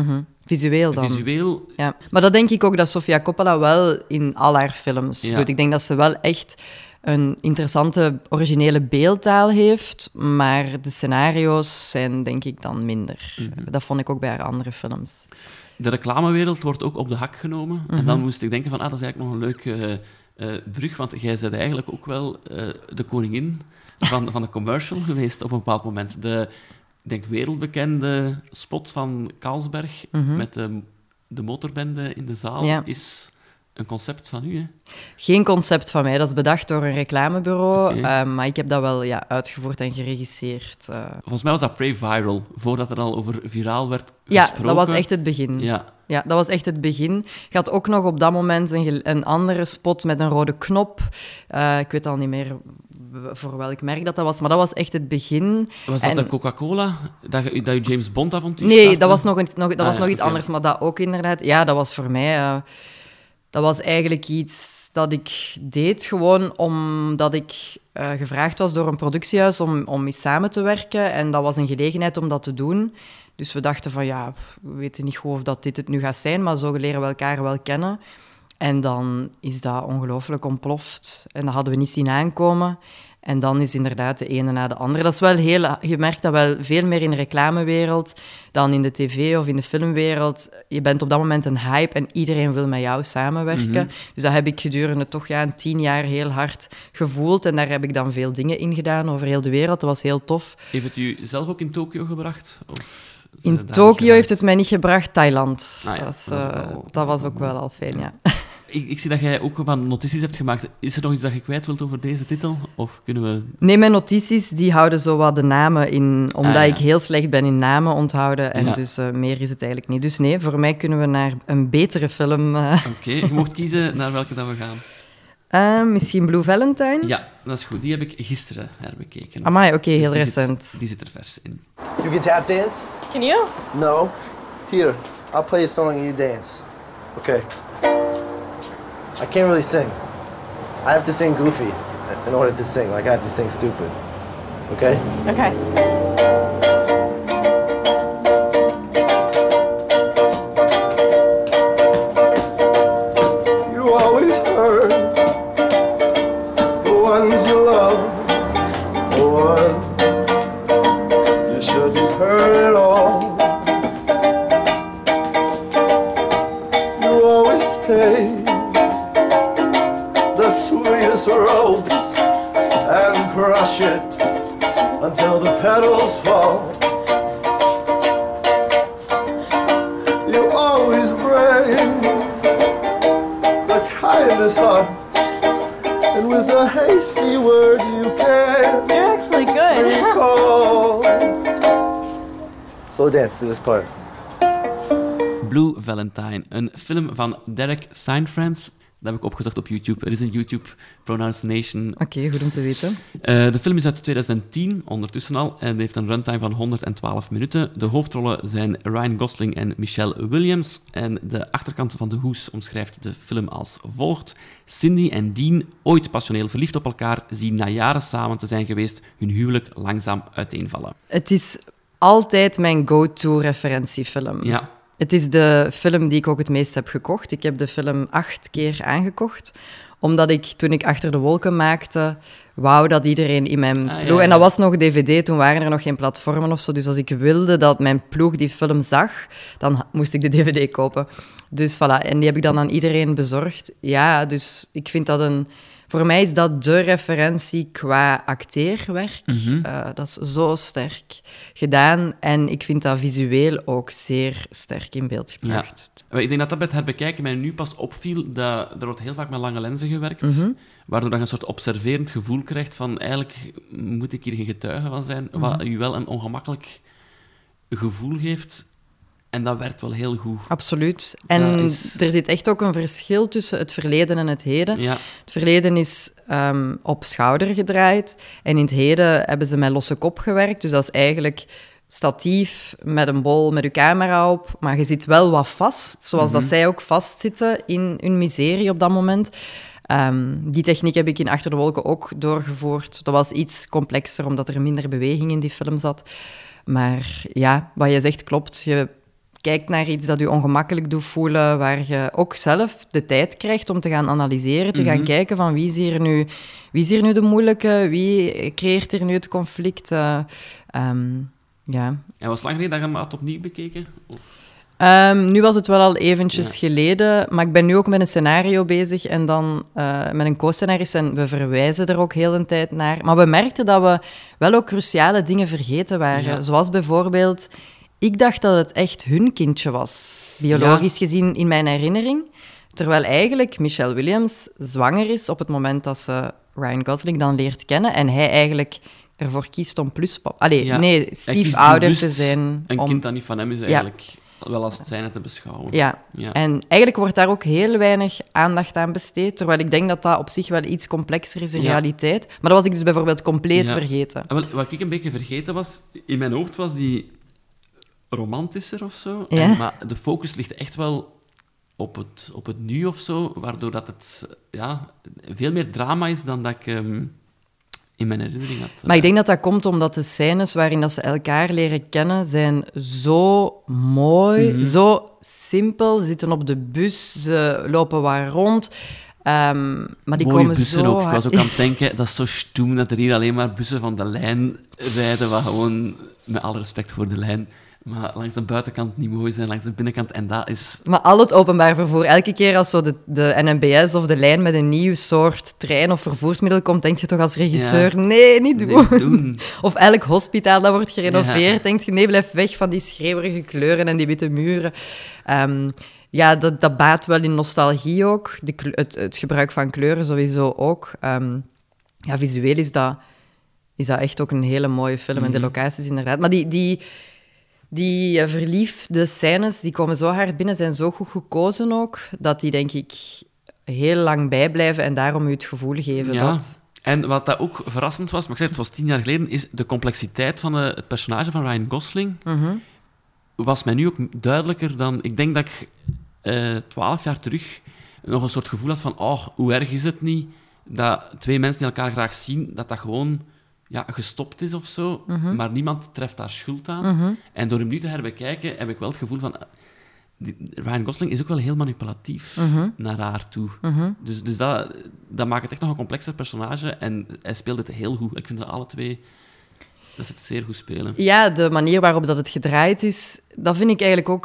Visueel dan. Visueel... Ja. Maar dat denk ik ook dat Sofia Coppola wel in al haar films Ja. doet. Ik denk dat ze wel echt een interessante, originele beeldtaal heeft, maar de scenario's zijn denk ik dan minder. Mhm. Dat vond ik ook bij haar andere films. De reclamewereld wordt ook op de hak genomen. Mhm. En dan moest ik denken van, ah, dat is eigenlijk nog een leuke eh, eh, brug, want jij bent eigenlijk ook wel eh, de koningin van, van de commercial geweest op een bepaald moment. De, ik denk, wereldbekende spot van Carlsberg Mhm. met de, de motorbende in de zaal Ja. is een concept van u, hè? Geen concept van mij, dat is bedacht door een reclamebureau, Oké. eh, maar ik heb dat wel ja, uitgevoerd en geregisseerd. eh. Volgens mij was dat pre-viral, voordat er al over viraal werd Ja, gesproken. dat was echt het begin. Ja, Ja, dat was echt het begin. Je had ook nog op dat moment een, gel- een andere spot met een rode knop. Eh, ik weet al niet meer w- voor welk merk dat, dat was, maar dat was echt het begin. was dat En- de Coca-Cola? Dat je, dat je James Bond-avontuur Nee, startte? dat was nog, een, nog, dat Ah, was ja, nog iets oké. anders, maar dat ook inderdaad. Ja, dat was voor mij... eh, dat was eigenlijk iets dat ik deed gewoon omdat ik eh, gevraagd was door een productiehuis om, om eens samen te werken. En dat was een gelegenheid om dat te doen. Dus we dachten van, ja, we weten niet goed of dat dit het nu gaat zijn, maar zo leren we elkaar wel kennen. En dan is dat ongelooflijk ontploft. En dat hadden we niet zien aankomen. En dan is inderdaad de ene na de andere. Dat is wel heel... Je merkt dat wel veel meer in de reclamewereld dan in de tv of in de filmwereld. Je bent op dat moment een hype en iedereen wil met jou samenwerken. Mhm. Dus dat heb ik gedurende toch ja, een tien jaar heel hard gevoeld. En daar heb ik dan veel dingen in gedaan over heel de wereld. Dat was heel tof. Heeft het u zelf ook in Tokio gebracht? Of zijn In er daar Tokio geraakt? heeft het mij niet gebracht, Thailand. Ah ja, dat, is, dat is ook eh, wel- dat is dat ook was wel ook wel al fijn, ja. Ik, ik zie dat jij ook wat notities hebt gemaakt. Is er nog iets dat je kwijt wilt over deze titel? Of kunnen we... Nee, mijn notities die houden zo wat de namen in, omdat Ah, ja. ik heel slecht ben in namen onthouden. En Ja. dus eh, meer is het eigenlijk niet. Dus nee, voor mij kunnen we naar een betere film. eh. Oké, je mocht kiezen naar welke dat we gaan. Eh, misschien Blue Valentine? Ja, dat is goed. Die heb ik gisteren herbekeken. Amai, oké, Dus heel die zit- recent. die zit er vers in. You can tap dance? Can you? No. Here, I'll play a song and you dance. Okay. I can't really sing. I have to sing goofy in order to sing. Like I have to sing stupid. Okay? Okay. You always hurt the ones you love. The one you shouldn't hurt at all. You always stay the sweetest rose and crush it until the petals fall. You always bring the kindest hearts, and with a hasty word you can You're actually good. recall. Slow dance to this part. Blue Valentine, een film van Derek Seinfranz. Dat heb ik opgezocht op YouTube. Er is een YouTube pronunciation. Oké, goed om te weten. Uh, de film is uit twintig tien, ondertussen al, en heeft een runtime van honderdtwaalf minuten. De hoofdrollen zijn Ryan Gosling en Michelle Williams. En de achterkant van de hoes omschrijft de film als volgt. Cindy en Dean, ooit passioneel verliefd op elkaar, zien na jaren samen te zijn geweest hun huwelijk langzaam uiteenvallen. Het is altijd mijn go-to referentiefilm. Ja, Het is de film die ik ook het meest heb gekocht. Ik heb de film acht keer aangekocht, omdat ik, toen ik Achter de Wolken maakte, wou dat iedereen in mijn Ah, ja, ploeg... ja. En dat was nog D V D, toen waren er nog geen platformen of zo. Dus als ik wilde dat mijn ploeg die film zag, dan ha- moest ik de D V D kopen. Dus voilà, en die heb ik dan aan iedereen bezorgd. Ja, dus ik vind dat een... Voor mij is dat de referentie qua acteerwerk. Mhm. Eh, dat is zo sterk gedaan. En ik vind dat visueel ook zeer sterk in beeld gebracht. Maar ik denk dat dat bij het herbekijken mij nu pas opviel, dat er wordt heel vaak met lange lenzen gewerkt, Mhm. waardoor je een soort observerend gevoel krijgt van eigenlijk moet ik hier geen getuige van zijn, wat je wel een ongemakkelijk gevoel geeft. En dat werkt wel heel goed. Absoluut. En Dat is- er zit echt ook een verschil tussen het verleden en het heden. Ja, Het verleden is ehm, op schouder gedraaid. En in het heden hebben ze met losse kop gewerkt. Dus dat is eigenlijk statief met een bol met uw camera op. Maar je zit wel wat vast, zoals dat zij ook vastzitten in hun miserie op dat moment. Ehm, die techniek heb ik in Achter de Wolken ook doorgevoerd. Dat was iets complexer, omdat er minder beweging in die film zat. Maar ja, wat je zegt klopt. Je kijkt naar iets dat je ongemakkelijk doet voelen, waar je ook zelf de tijd krijgt om te gaan analyseren, te mm-hmm. gaan kijken van wie is hier nu, wie is hier nu de moeilijke, wie creëert hier nu het conflict. Uh, um, ja. En was het lang geleden dat je hem had opnieuw bekeken? Of? Um, nu was het wel al eventjes ja. geleden, maar ik ben nu ook met een scenario bezig en dan uh, met een co-scenarist en we verwijzen er ook heel de tijd naar. Maar we merkten dat we wel ook cruciale dingen vergeten waren, ja. zoals bijvoorbeeld... Ik dacht dat het echt hun kindje was, biologisch ja. gezien in mijn herinnering. Terwijl eigenlijk Michelle Williams zwanger is op het moment dat ze Ryan Gosling dan leert kennen. En hij eigenlijk ervoor kiest om pluspap... Allee, ja. nee, stiefouder te zijn. Een om... kind dat niet van hem is eigenlijk ja. wel als het zijne te beschouwen. Ja. ja, en eigenlijk wordt daar ook heel weinig aandacht aan besteed. Terwijl ik denk dat dat op zich wel iets complexer is in ja. realiteit. Maar dat was ik dus bijvoorbeeld compleet ja. vergeten. En wat ik een beetje vergeten was, in mijn hoofd was die... romantischer of zo. Ja. En, maar de focus ligt echt wel op het, op het nu of zo, waardoor dat het ja, veel meer drama is dan dat ik um, in mijn herinnering had. Maar ik denk dat dat komt omdat de scènes waarin dat ze elkaar leren kennen zijn zo mooi, mm-hmm. zo simpel. Ze zitten op de bus, ze lopen waar rond. Um, maar die Mooie komen bussen zo... ook. Ik was ook aan het denken, dat is zo stoem dat er hier alleen maar bussen van de lijn rijden, wat gewoon, met alle respect voor de lijn, maar langs de buitenkant niet mooi zijn, langs de binnenkant. En dat is... Maar al het openbaar vervoer, elke keer als zo de, de N M B S of de lijn met een nieuw soort trein of vervoersmiddel komt, denk je toch als regisseur, ja. nee, niet doen. Nee, doen. Of elk hospitaal dat wordt gerenoveerd, Ja. denk je, nee, blijf weg van die schreeuwerige kleuren en die witte muren. Um, ja, dat, dat baat wel in nostalgie ook. De, het, het gebruik van kleuren sowieso ook. Um, ja, visueel is dat, is dat echt ook een hele mooie film. Mm-hmm. En de locaties inderdaad. Maar die... die Die uh, verliefde scènes, die komen zo hard binnen, zijn zo goed gekozen ook, dat die, denk ik, heel lang bijblijven en daarom u het gevoel geven ja. dat... En wat dat ook verrassend was, maar ik zei, het was tien jaar geleden, is de complexiteit van uh, het personage van Ryan Gosling Mm-hmm. was mij nu ook duidelijker dan... Ik denk dat ik uh, twaalf jaar terug nog een soort gevoel had van, oh, hoe erg is het niet dat twee mensen die elkaar graag zien, dat dat gewoon... ja, gestopt is of zo, mm-hmm. maar niemand treft daar schuld aan. Mm-hmm. En door hem nu te herbekijken, heb ik wel het gevoel van... Die, Ryan Gosling is ook wel heel manipulatief mm-hmm. naar haar toe. Mm-hmm. Dus, dus dat, dat maakt het echt nog een complexer personage. En hij speelt het heel goed. Ik vind dat alle twee... dat ze het zeer goed spelen. Ja, de manier waarop dat het gedraaid is, dat vind ik eigenlijk ook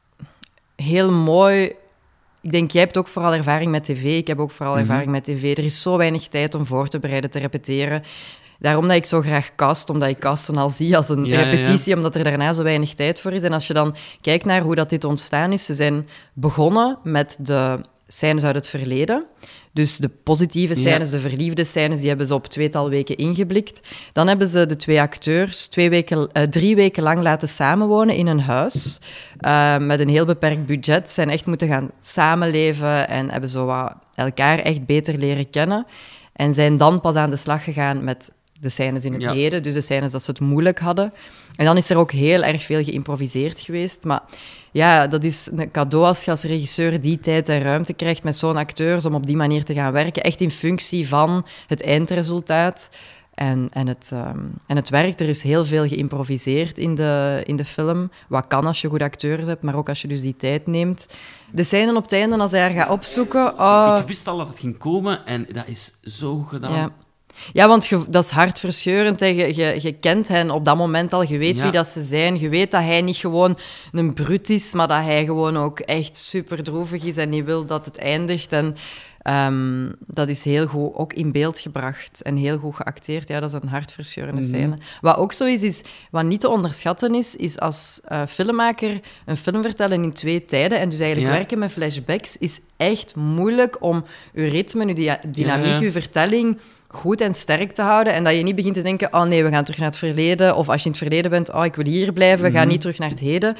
heel mooi. Ik denk, jij hebt ook vooral ervaring met tv. Ik heb ook vooral mm-hmm. ervaring met tv. Er is zo weinig tijd om voor te bereiden, te repeteren. Daarom dat ik zo graag cast, omdat ik casten al zie als een ja, repetitie, ja, ja. omdat er daarna zo weinig tijd voor is. En als je dan kijkt naar hoe dat dit ontstaan is, ze zijn begonnen met de scènes uit het verleden. Dus de positieve scènes, ja. de verliefde scènes, die hebben ze op tweetal weken ingeblikt. Dan hebben ze de twee acteurs twee weken, uh, drie weken lang laten samenwonen in een huis. Uh, met een heel beperkt budget. Ze zijn echt moeten gaan samenleven en hebben zo wat elkaar echt beter leren kennen. En zijn dan pas aan de slag gegaan met de scènes in het ja. heden, dus de scènes dat ze het moeilijk hadden. En dan is er ook heel erg veel geïmproviseerd geweest. Maar ja, dat is een cadeau als je als regisseur die tijd en ruimte krijgt met zo'n acteurs om op die manier te gaan werken, echt in functie van het eindresultaat en, en, het, um, en het werk. Er is heel veel geïmproviseerd in de, in de film. Wat kan als je goede acteurs hebt, maar ook als je dus die tijd neemt. De scène op het einde, als hij haar gaat opzoeken... Oh... Ik wist al dat het ging komen en dat is zo goed gedaan. Ja. Ja, want je, dat is hartverscheurend. Hè. Je, je, je kent hen op dat moment al. Je weet ja. wie dat ze zijn. Je weet dat hij niet gewoon een brut is, maar dat hij gewoon ook echt super droevig is en niet wil dat het eindigt. En um, dat is heel goed ook in beeld gebracht en heel goed geacteerd. Ja, dat is een hartverscheurende scène. Mm-hmm. Wat ook zo is, is, wat niet te onderschatten is, is als uh, filmmaker een film vertellen in twee tijden en dus eigenlijk ja. werken met flashbacks is echt moeilijk om je ritme, je dia- dynamiek, ja, ja. je vertelling goed en sterk te houden en dat je niet begint te denken, oh nee, we gaan terug naar het verleden, of als je in het verleden bent, oh, ik wil hier blijven, we gaan niet terug naar het heden.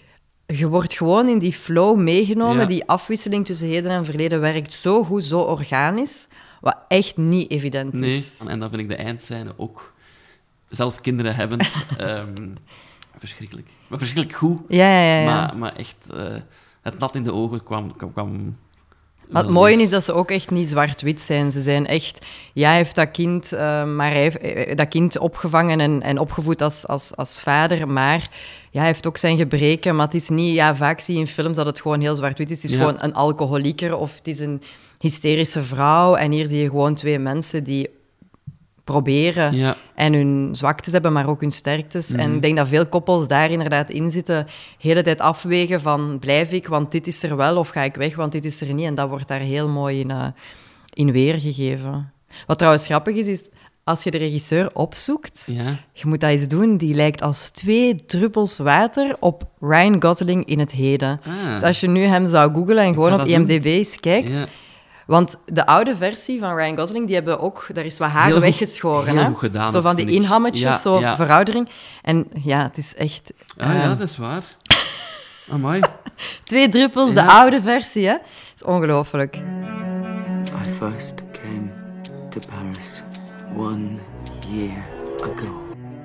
Je wordt gewoon in die flow meegenomen, ja. die afwisseling tussen heden en verleden werkt zo goed, zo organisch, wat echt niet evident nee. is. En dan vind ik de eindscène ook, zelf kinderen hebbend, um, verschrikkelijk. Maar verschrikkelijk goed, ja, ja, ja, ja. Maar, maar echt, uh, het nat in de ogen kwam... kwam, kwam Maar het mooie is dat ze ook echt niet zwart-wit zijn. Ze zijn echt... Ja, hij heeft dat kind, uh, maar hij heeft, uh, dat kind opgevangen en, en opgevoed als, als, als vader, maar ja, hij heeft ook zijn gebreken. Maar het is niet... Ja, vaak zie je in films dat het gewoon heel zwart-wit is. Het is ja. gewoon een alcoholieker of het is een hysterische vrouw. En hier zie je gewoon twee mensen die proberen ja. en hun zwaktes hebben, maar ook hun sterktes. Mm-hmm. En ik denk dat veel koppels daar inderdaad in zitten, de hele tijd afwegen van blijf ik, want dit is er wel, of ga ik weg, want dit is er niet. En dat wordt daar heel mooi in, uh, in weergegeven. Wat trouwens grappig is, is als je de regisseur opzoekt, ja. je moet dat eens doen, die lijkt als twee druppels water op Ryan Gosling in het heden. Ah. Dus als je nu hem zou googlen en gewoon op I M D B eens kijkt... Ja. Want de oude versie van Ryan Gosling, die hebben ook... Daar is wat haar heel weggeschoren. Heel hè? Goed gedaan, zo van die inhammetjes, ja, zo ja. veroudering. En ja, het is echt... Ah, uh, ja, dat is waar. Amai. Twee druppels, ja. de oude versie, hè. Het is ongelooflijk. I first came to Paris one year ago.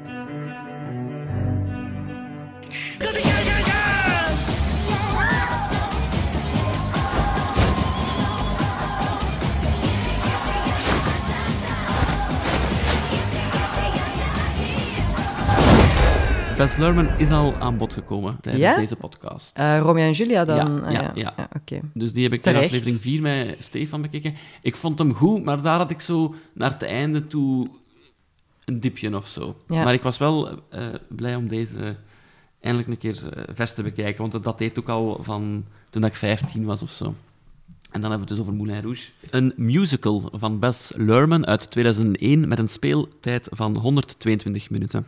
Baz Luhrmann is al aan bod gekomen tijdens ja? deze podcast. Uh, Romeo en Julia dan? Ja, ah, ja, ja. ja. ja okay. Dus die heb ik Terecht. in aflevering vier met Stefan bekeken. Ik vond hem goed, maar daar had ik zo naar het einde toe een dipje of zo. Ja. Maar ik was wel uh, blij om deze eindelijk een keer uh, vers te bekijken, want dat dateert ook al van toen ik vijftien was of zo. En dan hebben we het dus over Moulin Rouge. Een musical van Baz Luhrmann uit tweeduizend één met een speeltijd van honderdtweeëntwintig minuten.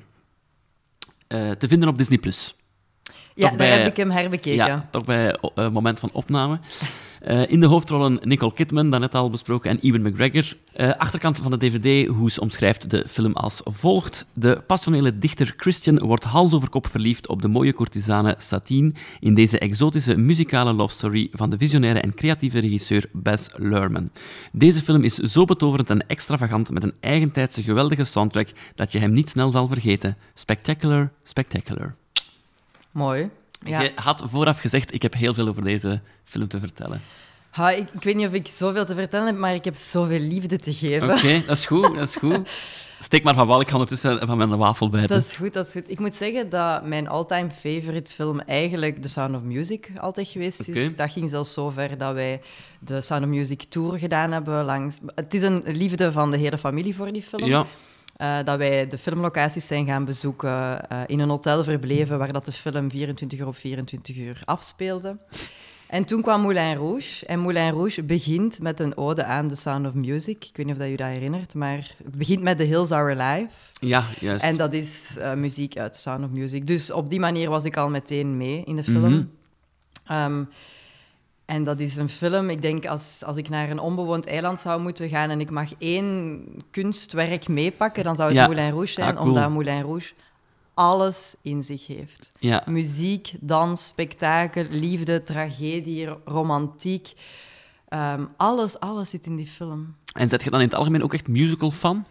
Uh, te vinden op Disney plus. Ja, toch daar bij, heb ik hem herbekeken. Ja, toch bij uh, moment van opname. Uh, in de hoofdrollen Nicole Kidman, daarnet al besproken, en Ewan McGregor. Uh, achterkant van de D V D, Hoes omschrijft de film als volgt. De passionele dichter Christian wordt hals over kop verliefd op de mooie courtisane Satine in deze exotische muzikale love story van de visionaire en creatieve regisseur Baz Luhrmann. Deze film is zo betoverend en extravagant met een eigentijdse geweldige soundtrack dat je hem niet snel zal vergeten. Spectacular, spectacular. Mooi. Ja. Je had vooraf gezegd, ik heb heel veel over deze film te vertellen. Ha, ik, ik weet niet of ik zoveel te vertellen heb, maar ik heb zoveel liefde te geven. Oké, okay, dat is goed, dat is goed. Steek maar van wal, ik ga ondertussen van mijn wafel bijten. Dat is goed, dat is goed. Ik moet zeggen dat mijn all-time favorite film eigenlijk The Sound of Music altijd geweest is. Okay. Dat ging zelfs zo ver dat wij de Sound of Music Tour gedaan hebben. Langs... Het is een liefde van de hele familie voor die film. Ja. Uh, dat wij de filmlocaties zijn gaan bezoeken, uh, in een hotel verbleven waar dat de film vierentwintig uur op vierentwintig uur afspeelde. En toen kwam Moulin Rouge. En Moulin Rouge begint met een ode aan The Sound of Music. Ik weet niet of dat je dat herinnert, maar het begint met The Hills Are Alive. Ja, juist. En dat is uh, muziek uit The Sound of Music. Dus op die manier was ik al meteen mee in de film. Mm-hmm. Um, En dat is een film, ik denk, als, als ik naar een onbewoond eiland zou moeten gaan en ik mag één kunstwerk meepakken, dan zou het ja. Moulin Rouge zijn, ah, cool. omdat Moulin Rouge alles in zich heeft. Ja. Muziek, dans, spektakel, liefde, tragedie, romantiek. Um, alles, alles zit in die film. En zet je dan in het algemeen ook echt musical-fan?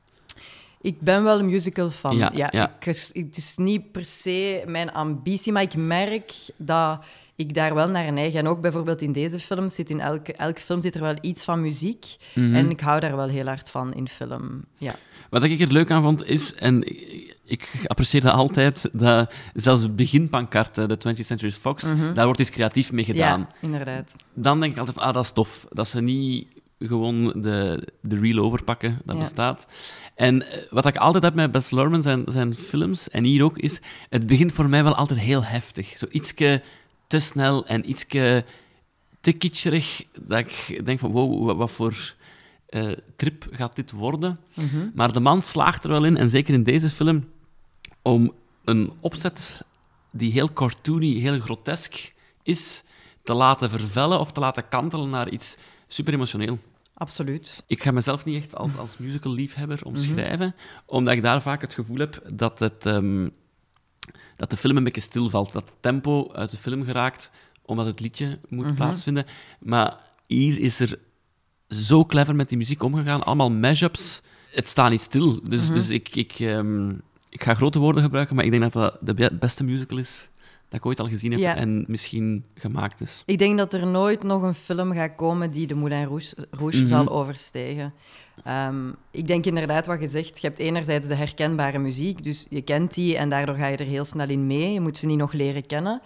Ik ben wel een musical-fan. Ja, ja, ja. Ik, het is niet per se mijn ambitie, maar ik merk dat ik daar wel naar neig. En ook bijvoorbeeld in deze film zit in elke, elke film zit er wel iets van muziek. Mm-hmm. En ik hou daar wel heel hard van in film. Ja. Wat ik er leuk aan vond is, en ik apprecieerde altijd, dat zelfs het beginpancarte, de twentieth Century Fox, mm-hmm. daar wordt iets creatief mee gedaan. Ja, inderdaad. Dan denk ik altijd, ah, dat is tof. Dat ze niet gewoon de, de reel overpakken, dat ja. bestaat. En wat ik altijd heb met Baz Luhrmann, zijn, zijn films, en hier ook, is, het begint voor mij wel altijd heel heftig. Zo ietske te snel en ietske te kitscherig, dat ik denk van, wow, wat voor uh, trip gaat dit worden? Mm-hmm. Maar de man slaagt er wel in, en zeker in deze film, om een opzet die heel cartoony, heel grotesk is, te laten vervellen of te laten kantelen naar iets super emotioneel. Absoluut. Ik ga mezelf niet echt als, als musical-liefhebber omschrijven, mm-hmm. omdat ik daar vaak het gevoel heb dat, het, um, dat de film een beetje stilvalt. Dat het tempo uit de film geraakt, omdat het liedje moet mm-hmm. plaatsvinden. Maar hier is er zo clever met die muziek omgegaan. Allemaal mashups. Het staat niet stil. Dus, mm-hmm. dus ik, ik, um, ik ga grote woorden gebruiken, maar ik denk dat dat de beste musical is dat ik ooit al gezien heb Ja. en misschien gemaakt is. Ik denk dat er nooit nog een film gaat komen die de Moulin Rouge, Rouge Mhm. zal overstijgen. Ehm, ik denk inderdaad wat je zegt. Je hebt enerzijds de herkenbare muziek, dus je kent die en daardoor ga je er heel snel in mee. Je moet ze niet nog leren kennen.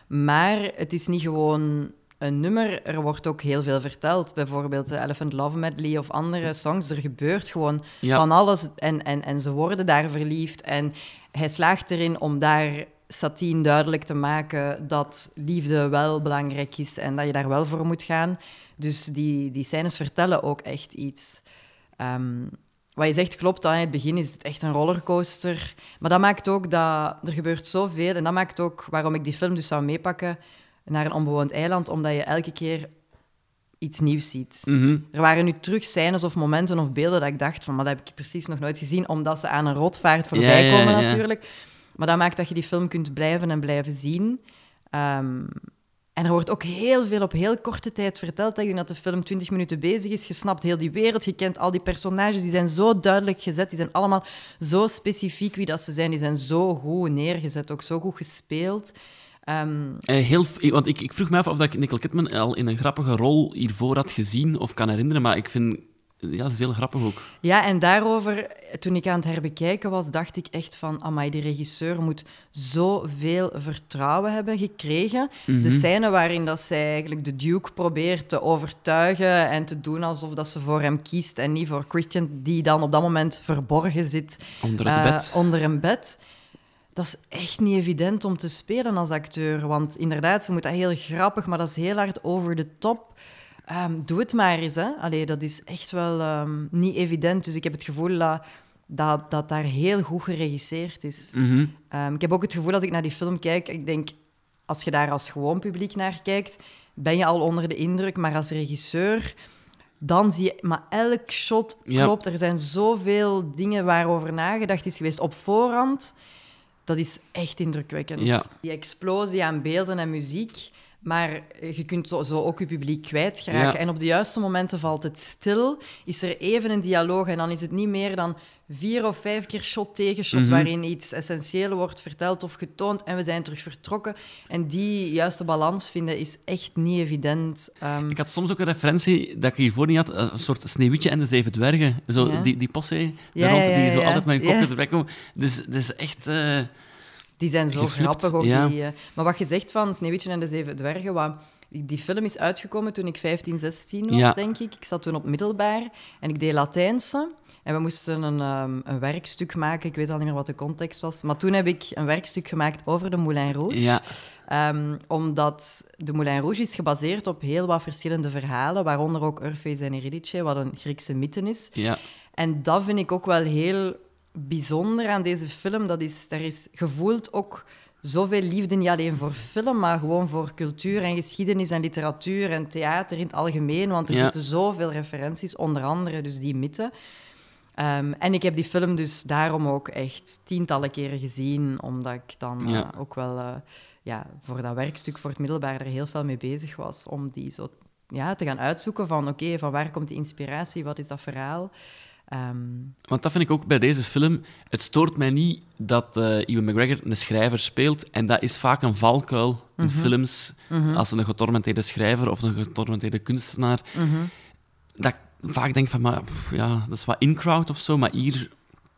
Maar het is niet gewoon een nummer. Er wordt ook heel veel verteld. Bijvoorbeeld de Elephant Love Medley of andere songs. Er gebeurt gewoon Ja. van alles en, en, en ze worden daar verliefd. En hij slaagt erin om daar Satine duidelijk te maken dat liefde wel belangrijk is en dat je daar wel voor moet gaan. Dus die, die scènes vertellen ook echt iets. Ehm, wat je zegt klopt, aan het begin is het echt een rollercoaster. Maar dat maakt ook dat er gebeurt zoveel. En dat maakt ook waarom ik die film dus zou meepakken naar een onbewoond eiland, omdat je elke keer iets nieuws ziet. Mhm. Er waren nu terug scènes of momenten of beelden dat ik dacht van, maar dat heb ik precies nog nooit gezien, omdat ze aan een rotvaart voorbij Ja, ja, komen ja, ja. natuurlijk. Maar dat maakt dat je die film kunt blijven en blijven zien. Ehm, en er wordt ook heel veel op heel korte tijd verteld. Ik denk dat de film twintig minuten bezig is. Je snapt heel die wereld, je kent al die personages. Die zijn zo duidelijk gezet. Die zijn allemaal zo specifiek wie dat ze zijn. Die zijn zo goed neergezet, ook zo goed gespeeld. Ehm, Eh, heel, f- want ik, ik vroeg me af of dat ik Nicole Kidman al in een grappige rol hiervoor had gezien of kan herinneren, maar ik vind... Ja, dat is heel grappig ook. Ja, en daarover, toen ik aan het herbekijken was, dacht ik echt van, amai, die regisseur moet zoveel vertrouwen hebben gekregen. De scène waarin dat zij eigenlijk de Duke probeert te overtuigen en te doen alsof dat ze voor hem kiest en niet voor Christian, die dan op dat moment verborgen zit Onder het eh, bed. onder een bed. Dat is echt niet evident om te spelen als acteur, want inderdaad, ze moet dat heel grappig, maar dat is heel hard over de top. Ehm, doe het maar eens, hè. Allee, dat is echt wel ehm, niet evident. Dus ik heb het gevoel dat, dat, dat daar heel goed geregisseerd is. Mhm. Ehm, ik heb ook het gevoel dat ik naar die film kijk, ik denk, als je daar als gewoon publiek naar kijkt, ben je al onder de indruk. Maar als regisseur, dan zie je... Maar elk shot Ja. klopt. Er zijn zoveel dingen waarover nagedacht is geweest op voorhand. Dat is echt indrukwekkend. Ja. Die explosie aan beelden en muziek... Maar je kunt zo, zo ook je publiek kwijtraken. Ja. En op de juiste momenten valt het stil. Is er even een dialoog en dan is het niet meer dan vier of vijf keer shot tegen shot Mhm. waarin iets essentieel wordt verteld of getoond en we zijn terug vertrokken. En die juiste balans vinden is echt niet evident. Ehm, Ik had soms ook een referentie dat ik hiervoor niet had, een soort Sneeuwwitje en de Zeven Dwergen. Zo, Ja. Die, die posse, Ja, rond, ja, ja, die zo ja. altijd met hun Ja. kopjes erbij komen. Dus het is echt... eh, Die zijn zo geflipt, grappig ook. ja. Die, eh, maar wat je zegt van Sneeuwwitje en de Zeven Dwergen, wat, die, die film is uitgekomen toen ik vijftien, zestien was, Ja. denk ik. Ik zat toen op middelbaar en ik deed Latijnse. En we moesten een, ehm, een werkstuk maken. Ik weet al niet meer wat de context was. Maar toen heb ik een werkstuk gemaakt over de Moulin Rouge. ja, Ehm, omdat de Moulin Rouge is gebaseerd op heel wat verschillende verhalen, waaronder ook Orpheus en Eurydice, wat een Griekse mythe is. ja. En dat vind ik ook wel heel bijzonder aan deze film. Dat is, er is gevoeld ook zoveel liefde, niet alleen voor film, maar gewoon voor cultuur en geschiedenis en literatuur en theater in het algemeen. Want er Ja. zitten zoveel referenties, onder andere dus die mythe. Ehm, en ik heb die film dus daarom ook echt tientallen keren gezien, omdat ik dan Ja. eh, ook wel eh, ja, voor dat werkstuk voor het middelbaar er heel veel mee bezig was, om die zo ja, te gaan uitzoeken van oké, van waar komt die inspiratie, wat is dat verhaal? Ehm, Want dat vind ik ook bij deze film. Het stoort mij niet dat eh Ewan McGregor een schrijver speelt. En dat is vaak een valkuil in Mhm. films. Als een getormenteerde schrijver of een getormenteerde kunstenaar. mhm. Dat ik vaak denk van, maar, pff, ja, dat is wat in-crowd of zo. Maar hier...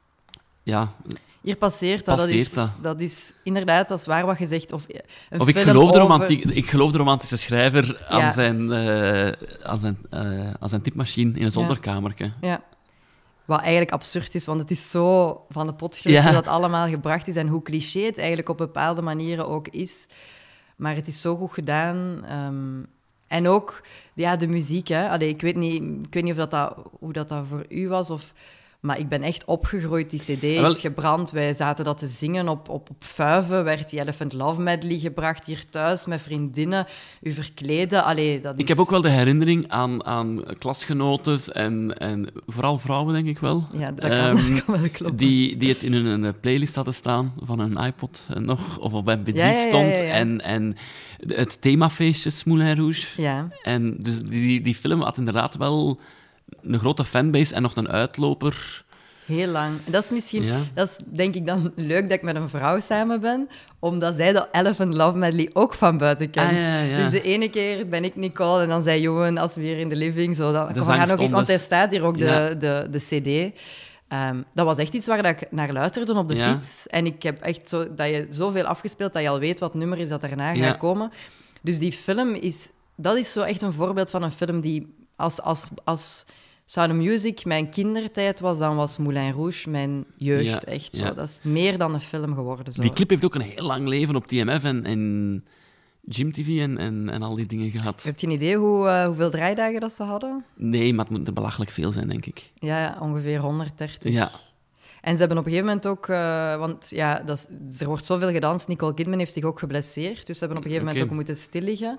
Ja, Hier passeert dat. Passeert dat, is, dat. dat is inderdaad, dat is waar wat je zegt. Of, een of ik film geloof, de over- romantiek, ik geloof de romantische schrijver aan Ja. zijn, eh, aan zijn, eh, aan zijn typemachine in een zolderkamertje. Ja. Wat eigenlijk absurd is, want het is zo van de pot gerukt Ja. hoe dat allemaal gebracht is en hoe cliché het eigenlijk op bepaalde manieren ook is. Maar het is zo goed gedaan. ehm, en ook ja, de muziek. Hè. Allee, ik weet niet, ik weet niet of dat dat, hoe dat, dat voor u was, of... Maar ik ben echt opgegroeid. Die cd is Ah, wel- gebrand. Wij zaten dat te zingen op, op, op Fuiven. Werd die Elephant Love Medley gebracht hier thuis met vriendinnen. U verkleden. Allee, dat is... Ik heb ook wel de herinnering aan, aan klasgenoten en, en vooral vrouwen, denk ik wel. Ja, dat kan, Ehm, dat kan wel kloppen. Die, die het in hun een playlist hadden staan van een iPod eh, nog, of op M P drie Ja, ja, ja, stond. ja, ja. En, en het themafeestje Moulin Rouge. Ja. En dus die, die film had inderdaad wel een grote fanbase en nog een uitloper. Heel lang. Dat is misschien, Ja. dat is denk ik dan leuk dat ik met een vrouw samen ben, omdat zij de Elephant Love Medley ook van buiten kent. Ah, ja, ja. Dus de ene keer ben ik Nicole en dan zei Johan, als we hier in de living, zo, dan, De kom, we gaan ook iets, want hij zangstondes. staat hier ook, de, Ja. de, de cd. Ehm, dat was echt iets waar dat ik naar luisterde op de Ja. fiets. En ik heb echt zo, dat je zoveel afgespeeld dat je al weet wat nummer is dat daarna Ja. gaat komen. Dus die film is... Dat is zo echt een voorbeeld van een film die... Als, als, als Sound of Music mijn kindertijd was, dan was Moulin Rouge mijn jeugd. Ja, Echt ja. zo. Dat is meer dan een film geworden. Zo. Die clip heeft ook een heel lang leven op T M F en, en Gym T V en, en, en al die dingen gehad. Heb je een idee hoe, uh, hoeveel draaidagen dat ze hadden? Nee, maar het moet er belachelijk veel zijn, denk ik. Ja, ja, ongeveer honderddertig. Ja. En ze hebben op een gegeven moment ook... Uh, want ja, dat is, er wordt zoveel gedanst. Nicole Kidman heeft zich ook geblesseerd. Dus ze hebben op een gegeven moment Oké. ook moeten stilliggen.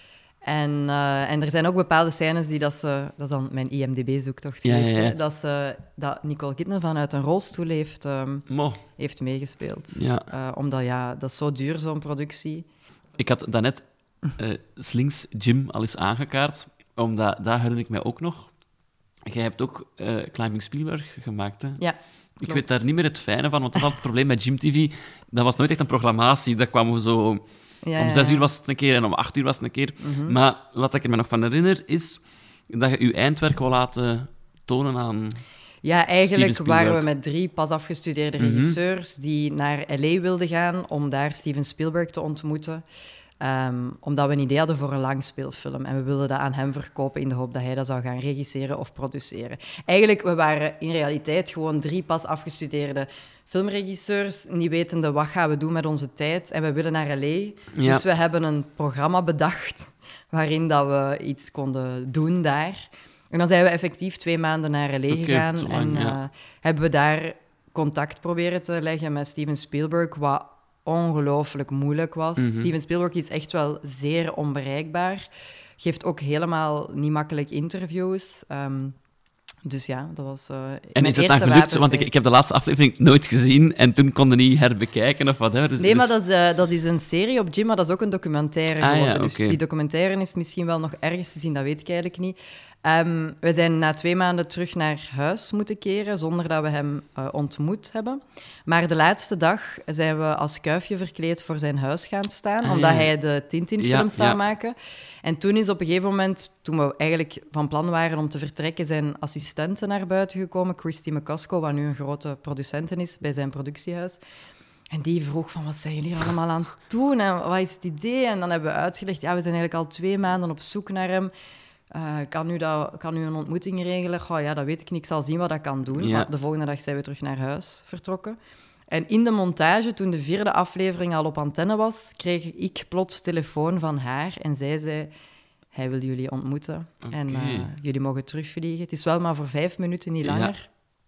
En, uh, en er zijn ook bepaalde scènes die dat ze... Dat is dan mijn I M D B-zoektocht Ja, geweest. ja, ja. Hè, dat, ze, dat Nicole Kidman vanuit een rolstoel heeft, um, Mo. heeft meegespeeld. Ja. Uh, omdat, ja, dat is zo duur, zo'n productie. Ik had daarnet uh, Slings Gym al eens aangekaart, omdat daar herinner ik mij ook nog. Jij hebt ook uh, Climbing Spielberg gemaakt, hè? Ja, Ik klopt. weet daar niet meer het fijne van, want dat was het probleem met Gym T V. Dat was nooit echt een programmatie. Dat kwam zo... Ja, om ja, zes ja. uur was het een keer en om acht uur was het een keer. Mhm. Maar wat ik er me nog van herinner, is dat je je eindwerk wil laten tonen aan... Ja, eigenlijk Steven Spielberg. waren we met drie pas afgestudeerde Mhm. regisseurs die naar L A wilden gaan om daar Steven Spielberg te ontmoeten. Ehm, omdat we een idee hadden voor een langspeelfilm. En we wilden dat aan hem verkopen in de hoop dat hij dat zou gaan regisseren of produceren. Eigenlijk, we waren in realiteit gewoon drie pas afgestudeerde filmregisseurs, niet wetende wat gaan we doen met onze tijd. En we willen naar L A. Ja. Dus we hebben een programma bedacht waarin dat we iets konden doen daar. En dan zijn we effectief twee maanden naar L A Oké, gegaan. zo lang, en ja. uh, hebben we daar contact proberen te leggen met Steven Spielberg, wat ongelooflijk moeilijk was. Mhm. Steven Spielberg is echt wel zeer onbereikbaar. Geeft ook helemaal niet makkelijk interviews. Um, dus ja, dat was uh, En is het dan gelukt? Want ik, ik heb de laatste aflevering nooit gezien en toen kon je niet herbekijken of whatever. Dus, Nee, maar dus- dat is, uh, dat is een serie op Jim, maar dat is ook een documentaire Ah, ja, geworden. Dus oké. die documentaire is misschien wel nog ergens te zien, dat weet ik eigenlijk niet. Um, we zijn na twee maanden terug naar huis moeten keren, zonder dat we hem uh, ontmoet hebben. Maar de laatste dag zijn we als kuifje verkleed voor zijn huis gaan staan, Ah, omdat ja. hij de Tintin-films Ja, zou ja. maken. En toen is op een gegeven moment, toen we eigenlijk van plan waren om te vertrekken, zijn assistente naar buiten gekomen, Christy McCosco, wat nu een grote producenten is bij zijn productiehuis. En die vroeg van, wat zijn jullie allemaal aan het doen? En wat is het idee? En dan hebben we uitgelegd, ja, we zijn eigenlijk al twee maanden op zoek naar hem. Uh, kan, u dat, kan u een ontmoeting regelen? Goh, ja, dat weet ik niet. Ik zal zien wat ik kan doen. Ja. Maar de volgende dag zijn we terug naar huis vertrokken. En in de montage, toen de vierde aflevering al op antenne was, kreeg ik plots telefoon van haar. En zij zei, hij wil jullie ontmoeten. Oké. En uh, jullie mogen terugvliegen. Het is wel maar voor vijf minuten, niet Ja. langer.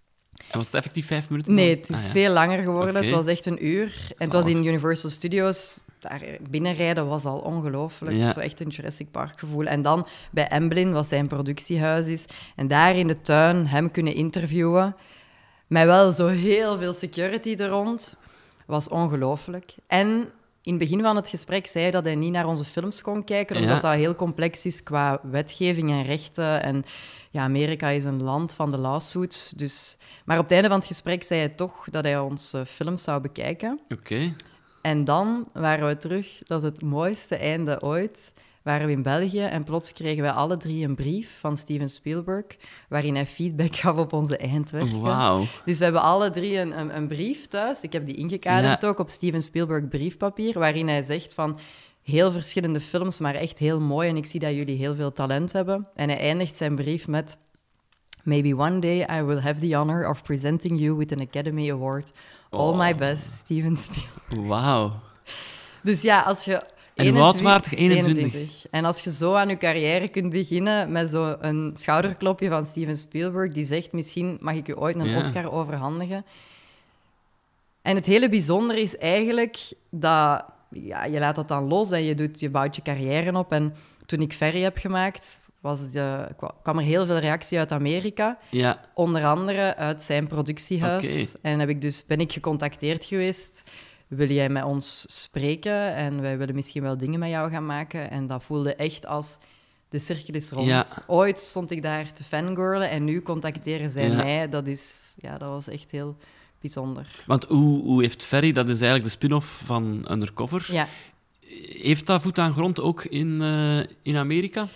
En was het effectief vijf minuten? Nee, dan? het is Ah, ja. veel langer geworden. Oké. Het was echt een uur. En het was Zalig. in Universal Studios. Daar binnenrijden was al ongelooflijk. Ja. Zo echt een Jurassic Park gevoel. En dan bij Amblin, wat zijn productiehuis is. En daar in de tuin hem kunnen interviewen. Met wel zo heel veel security er rond. Was ongelooflijk. En in het begin van het gesprek zei hij dat hij niet naar onze films kon kijken, omdat Ja. dat heel complex is qua wetgeving en rechten. En ja, Amerika is een land van de lawsuits. Dus... Maar op het einde van het gesprek zei hij toch dat hij onze films zou bekijken. Oké. En dan waren we terug, dat is het mooiste einde ooit, waren we in België en plots kregen wij alle drie een brief van Steven Spielberg, waarin hij feedback gaf op onze eindwerken. Wauw. Dus we hebben alle drie een, een, een brief thuis. Ik heb die ingekaderd Ja. ook op Steven Spielberg briefpapier, waarin hij zegt van heel verschillende films, maar echt heel mooi en ik zie dat jullie heel veel talent hebben. En hij eindigt zijn brief met Maybe one day I will have the honor of presenting you with an Academy Award. All Oh. my best, Steven Spielberg. Wauw. Dus ja, als je... En hoe oud waart je? eenentwintig? En als je zo aan je carrière kunt beginnen met zo'n schouderklopje van Steven Spielberg, die zegt, misschien mag ik je ooit een Ja. Oscar overhandigen. En het hele bijzondere is eigenlijk dat... Ja, je laat dat dan los en je, doet, je bouwt je carrière op. En toen ik Ferry heb gemaakt, was de, kwam er heel veel reactie uit Amerika. Ja. Onder andere uit zijn productiehuis. Oké. En heb ik dus, ben ik gecontacteerd geweest. Wil jij met ons spreken? En wij willen misschien wel dingen met jou gaan maken. En dat voelde echt als de cirkel is rond. Ja. Ooit stond ik daar te fangirlen en nu contacteren zij Ja. mij. Dat, is, ja, dat was echt heel bijzonder. Want hoe, hoe heeft Ferry, dat is eigenlijk de spin-off van Undercover, Ja. heeft dat voet aan grond ook in, uh, in Amerika?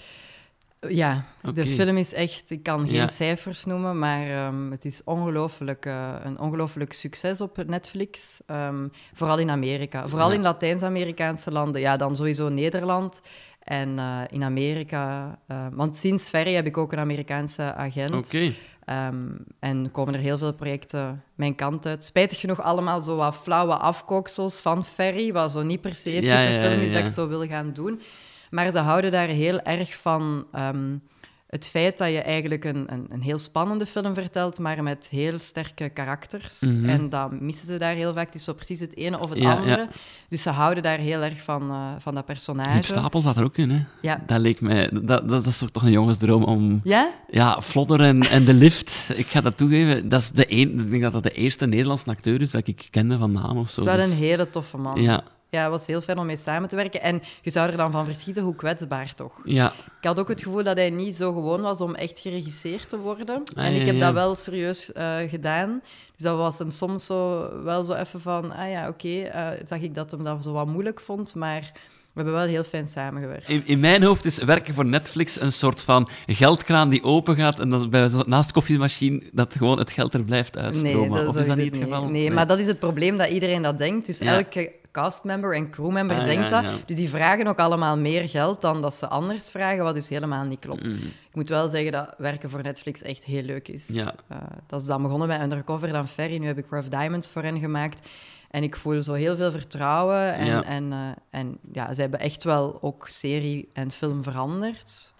Ja, de Oké. film is echt... Ik kan geen Ja. cijfers noemen, maar um, het is ongelooflijk, uh, een ongelooflijk succes op Netflix. Um, vooral in Amerika. Vooral Ja. in Latijns-Amerikaanse landen. Ja, dan sowieso Nederland. En uh, in Amerika... Uh, want sinds Ferry heb ik ook een Amerikaanse agent. Oké. Um, en komen er heel veel projecten mijn kant uit. Spijtig genoeg allemaal zo wat flauwe afkooksels van Ferry, wat zo niet per se het Ja, type ja, film is ja. dat ik zo wil gaan doen. Maar ze houden daar heel erg van um, het feit dat je eigenlijk een, een, een heel spannende film vertelt, maar met heel sterke karakters. Mhm. En dat missen ze daar heel vaak. Het is zo precies het ene of het Ja, andere. ja. Dus ze houden daar heel erg van, uh, van dat personage. Huub Stapel zat er ook in, hè? Ja. Dat leek mij... Dat, dat is toch een jongensdroom om... Ja? Ja, Flodder en, en De Lift. Ik ga dat toegeven. Dat is de een, ik denk dat dat de eerste Nederlandse acteur is dat ik kende van naam of zo. Het is wel Dus- een hele toffe man. Ja, Ja, het was heel fijn om mee samen te werken. En je zou er dan van verschieten hoe kwetsbaar toch. ja. Ik had ook het gevoel dat hij niet zo gewoon was om echt geregisseerd te worden. Ah, en ja, ik heb ja. dat wel serieus uh, gedaan. Dus dat was hem soms zo, wel zo even van... Ah ja, oké, okay, uh, zag ik dat hem dat zo wat moeilijk vond, maar... We hebben wel heel fijn samengewerkt. In, in mijn hoofd is werken voor Netflix een soort van geldkraan die open gaat en dat bij zo, naast koffiemachine dat gewoon het geld er blijft uitstromen. Nee, dat, of zo is dat het niet het geval? Nee, nee, maar dat is het probleem dat iedereen dat denkt. Dus Ja. elke castmember en crewmember Ah, denkt ja, dat. ja. Dus die vragen ook allemaal meer geld dan dat ze anders vragen, wat dus helemaal niet klopt. Mm. Ik moet wel zeggen dat werken voor Netflix echt heel leuk is. Ja. Uh, dat is dan begonnen bij Undercover, dan Ferry. Nu heb ik Rough Diamonds voor hen gemaakt. En ik voel zo heel veel vertrouwen. En Ja. ja, en, uh, en, ja ze hebben echt wel ook serie en film veranderd.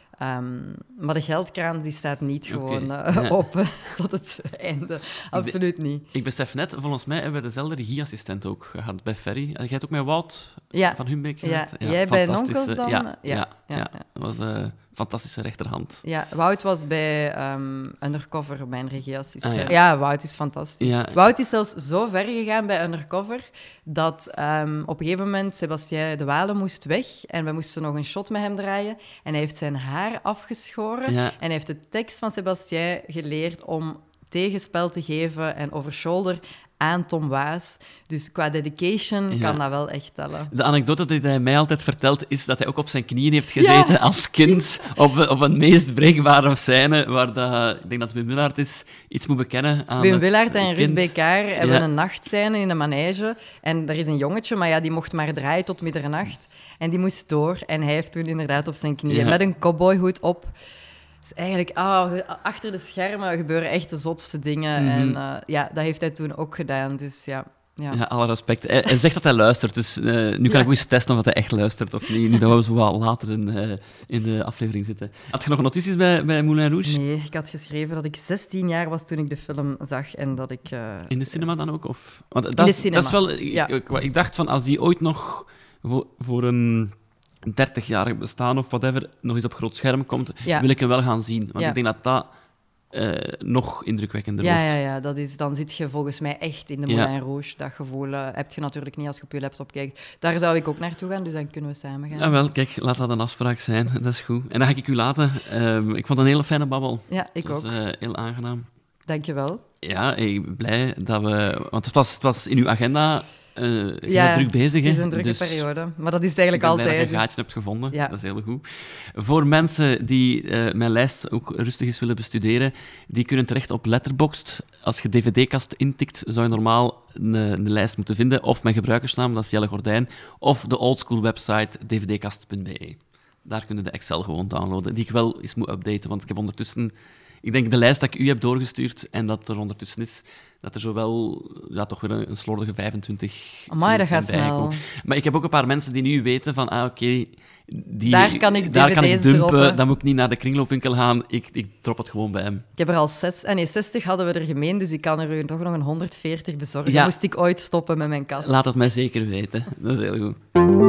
Um, maar de geldkraan die staat niet gewoon Oké, uh, ja. open tot het einde. Absoluut niet. Ik besef net, volgens mij hebben we dezelfde regieassistent ook gehad bij Ferry. En jij hebt ook met Wout Ja. van Humbeek Ja. gehad. Jij bij fantastische- Nonkels dan? Ja, ja, Ja, ja, ja, dat was een fantastische rechterhand. Ja, Wout was bij um, Undercover mijn regieassistent. Ah, ja. ja. Wout is fantastisch. Ja. Wout is zelfs zo ver gegaan bij Undercover dat um, op een gegeven moment Sebastien de Walen moest weg en we moesten nog een shot met hem draaien. En hij heeft zijn haar afgeschoren Ja. en hij heeft de tekst van Sebastien geleerd om tegenspel te geven en over shoulder aan Tom Waas. Dus qua dedication Ja. kan dat wel echt tellen. De anekdote die hij mij altijd vertelt, is dat hij ook op zijn knieën heeft gezeten Ja. als kind op, op een meest breekbare scène, waar dat, ik denk dat Wim Willaert is, iets moet bekennen aan Wim het Willaert en Ruud kind. Bekaar hebben Ja. een nachtscène in de manege. En er is een jongetje, maar ja, die mocht maar draaien tot middernacht. En die moest door. En hij heeft toen inderdaad op zijn knieën Ja. met een cowboyhoed op. Dus eigenlijk, ah, achter de schermen gebeuren echt de zotste dingen. Mhm. En uh, ja, dat heeft hij toen ook gedaan. Dus ja... Ja. Ja, alle respect. Hij, hij zegt dat hij luistert, dus uh, nu kan Ja. ik ook eens testen of hij echt luistert of niet. Nu dat we zo wat later in, uh, in de aflevering zitten. Had je nog notities bij, bij Moulin Rouge? Nee, ik had geschreven dat ik zestien jaar was toen ik de film zag en dat ik... Uh, In de cinema dan ook? Of? Want dat, de is, cinema, dat is wel... Ik, ja. ik, ik dacht van, als die ooit nog voor, voor een dertigjarig bestaan of whatever nog eens op groot scherm komt, Ja. wil ik hem wel gaan zien. Want Ja. ik denk dat dat uh, nog indrukwekkender Ja, wordt. ja, ja, dat is, dan zit je volgens mij echt in de Ja. Moulin Rouge. Dat gevoel uh, heb je natuurlijk niet als je op je laptop kijkt. Daar zou ik ook naartoe gaan, dus dan kunnen we samen gaan. Ja, wel, kijk, laat dat een afspraak zijn. Dat is goed. En dan ga ik u laten. Um, ik vond het een hele fijne babbel. Ja, ik Het was ook. uh, heel aangenaam. Dank je wel. Ja, ik ben blij dat we... Want het was, het was in uw agenda uh, je Ja, bent druk bezig. Het is hè? een drukke Dus periode, maar dat is het ik eigenlijk ben blij dat altijd. je een dus- gaatje hebt gevonden. Ja. Dat is heel goed. Voor mensen die uh, mijn lijst ook rustig eens willen bestuderen, die kunnen terecht op Letterboxd. Als je D V D-kast intikt, zou je normaal een, een lijst moeten vinden. Of mijn gebruikersnaam, dat is Jelle Gordijn. Of de oldschool website d v d kast punt b e. Daar kunnen de Excel gewoon downloaden, die ik wel eens moet updaten, want ik heb ondertussen... Ik denk de lijst dat ik u heb doorgestuurd en dat er ondertussen is, dat er zowel ja, toch weer een, een slordige vijfentwintig Amai, dat films gaat zijn snel. bijgekomen. Maar ik heb ook een paar mensen die nu weten van, ah, oké, okay, die- Daar kan ik daar kan ik D V D's dumpen, droppen. dan moet ik niet naar de kringloopwinkel gaan, ik, ik drop het gewoon bij hem. Ik heb er al zes, en nee, zestig hadden we er gemeen, dus ik kan er u toch nog een honderdveertig bezorgen. Ja. Moest ik ooit stoppen met mijn kast. Laat het mij zeker weten, dat is heel goed.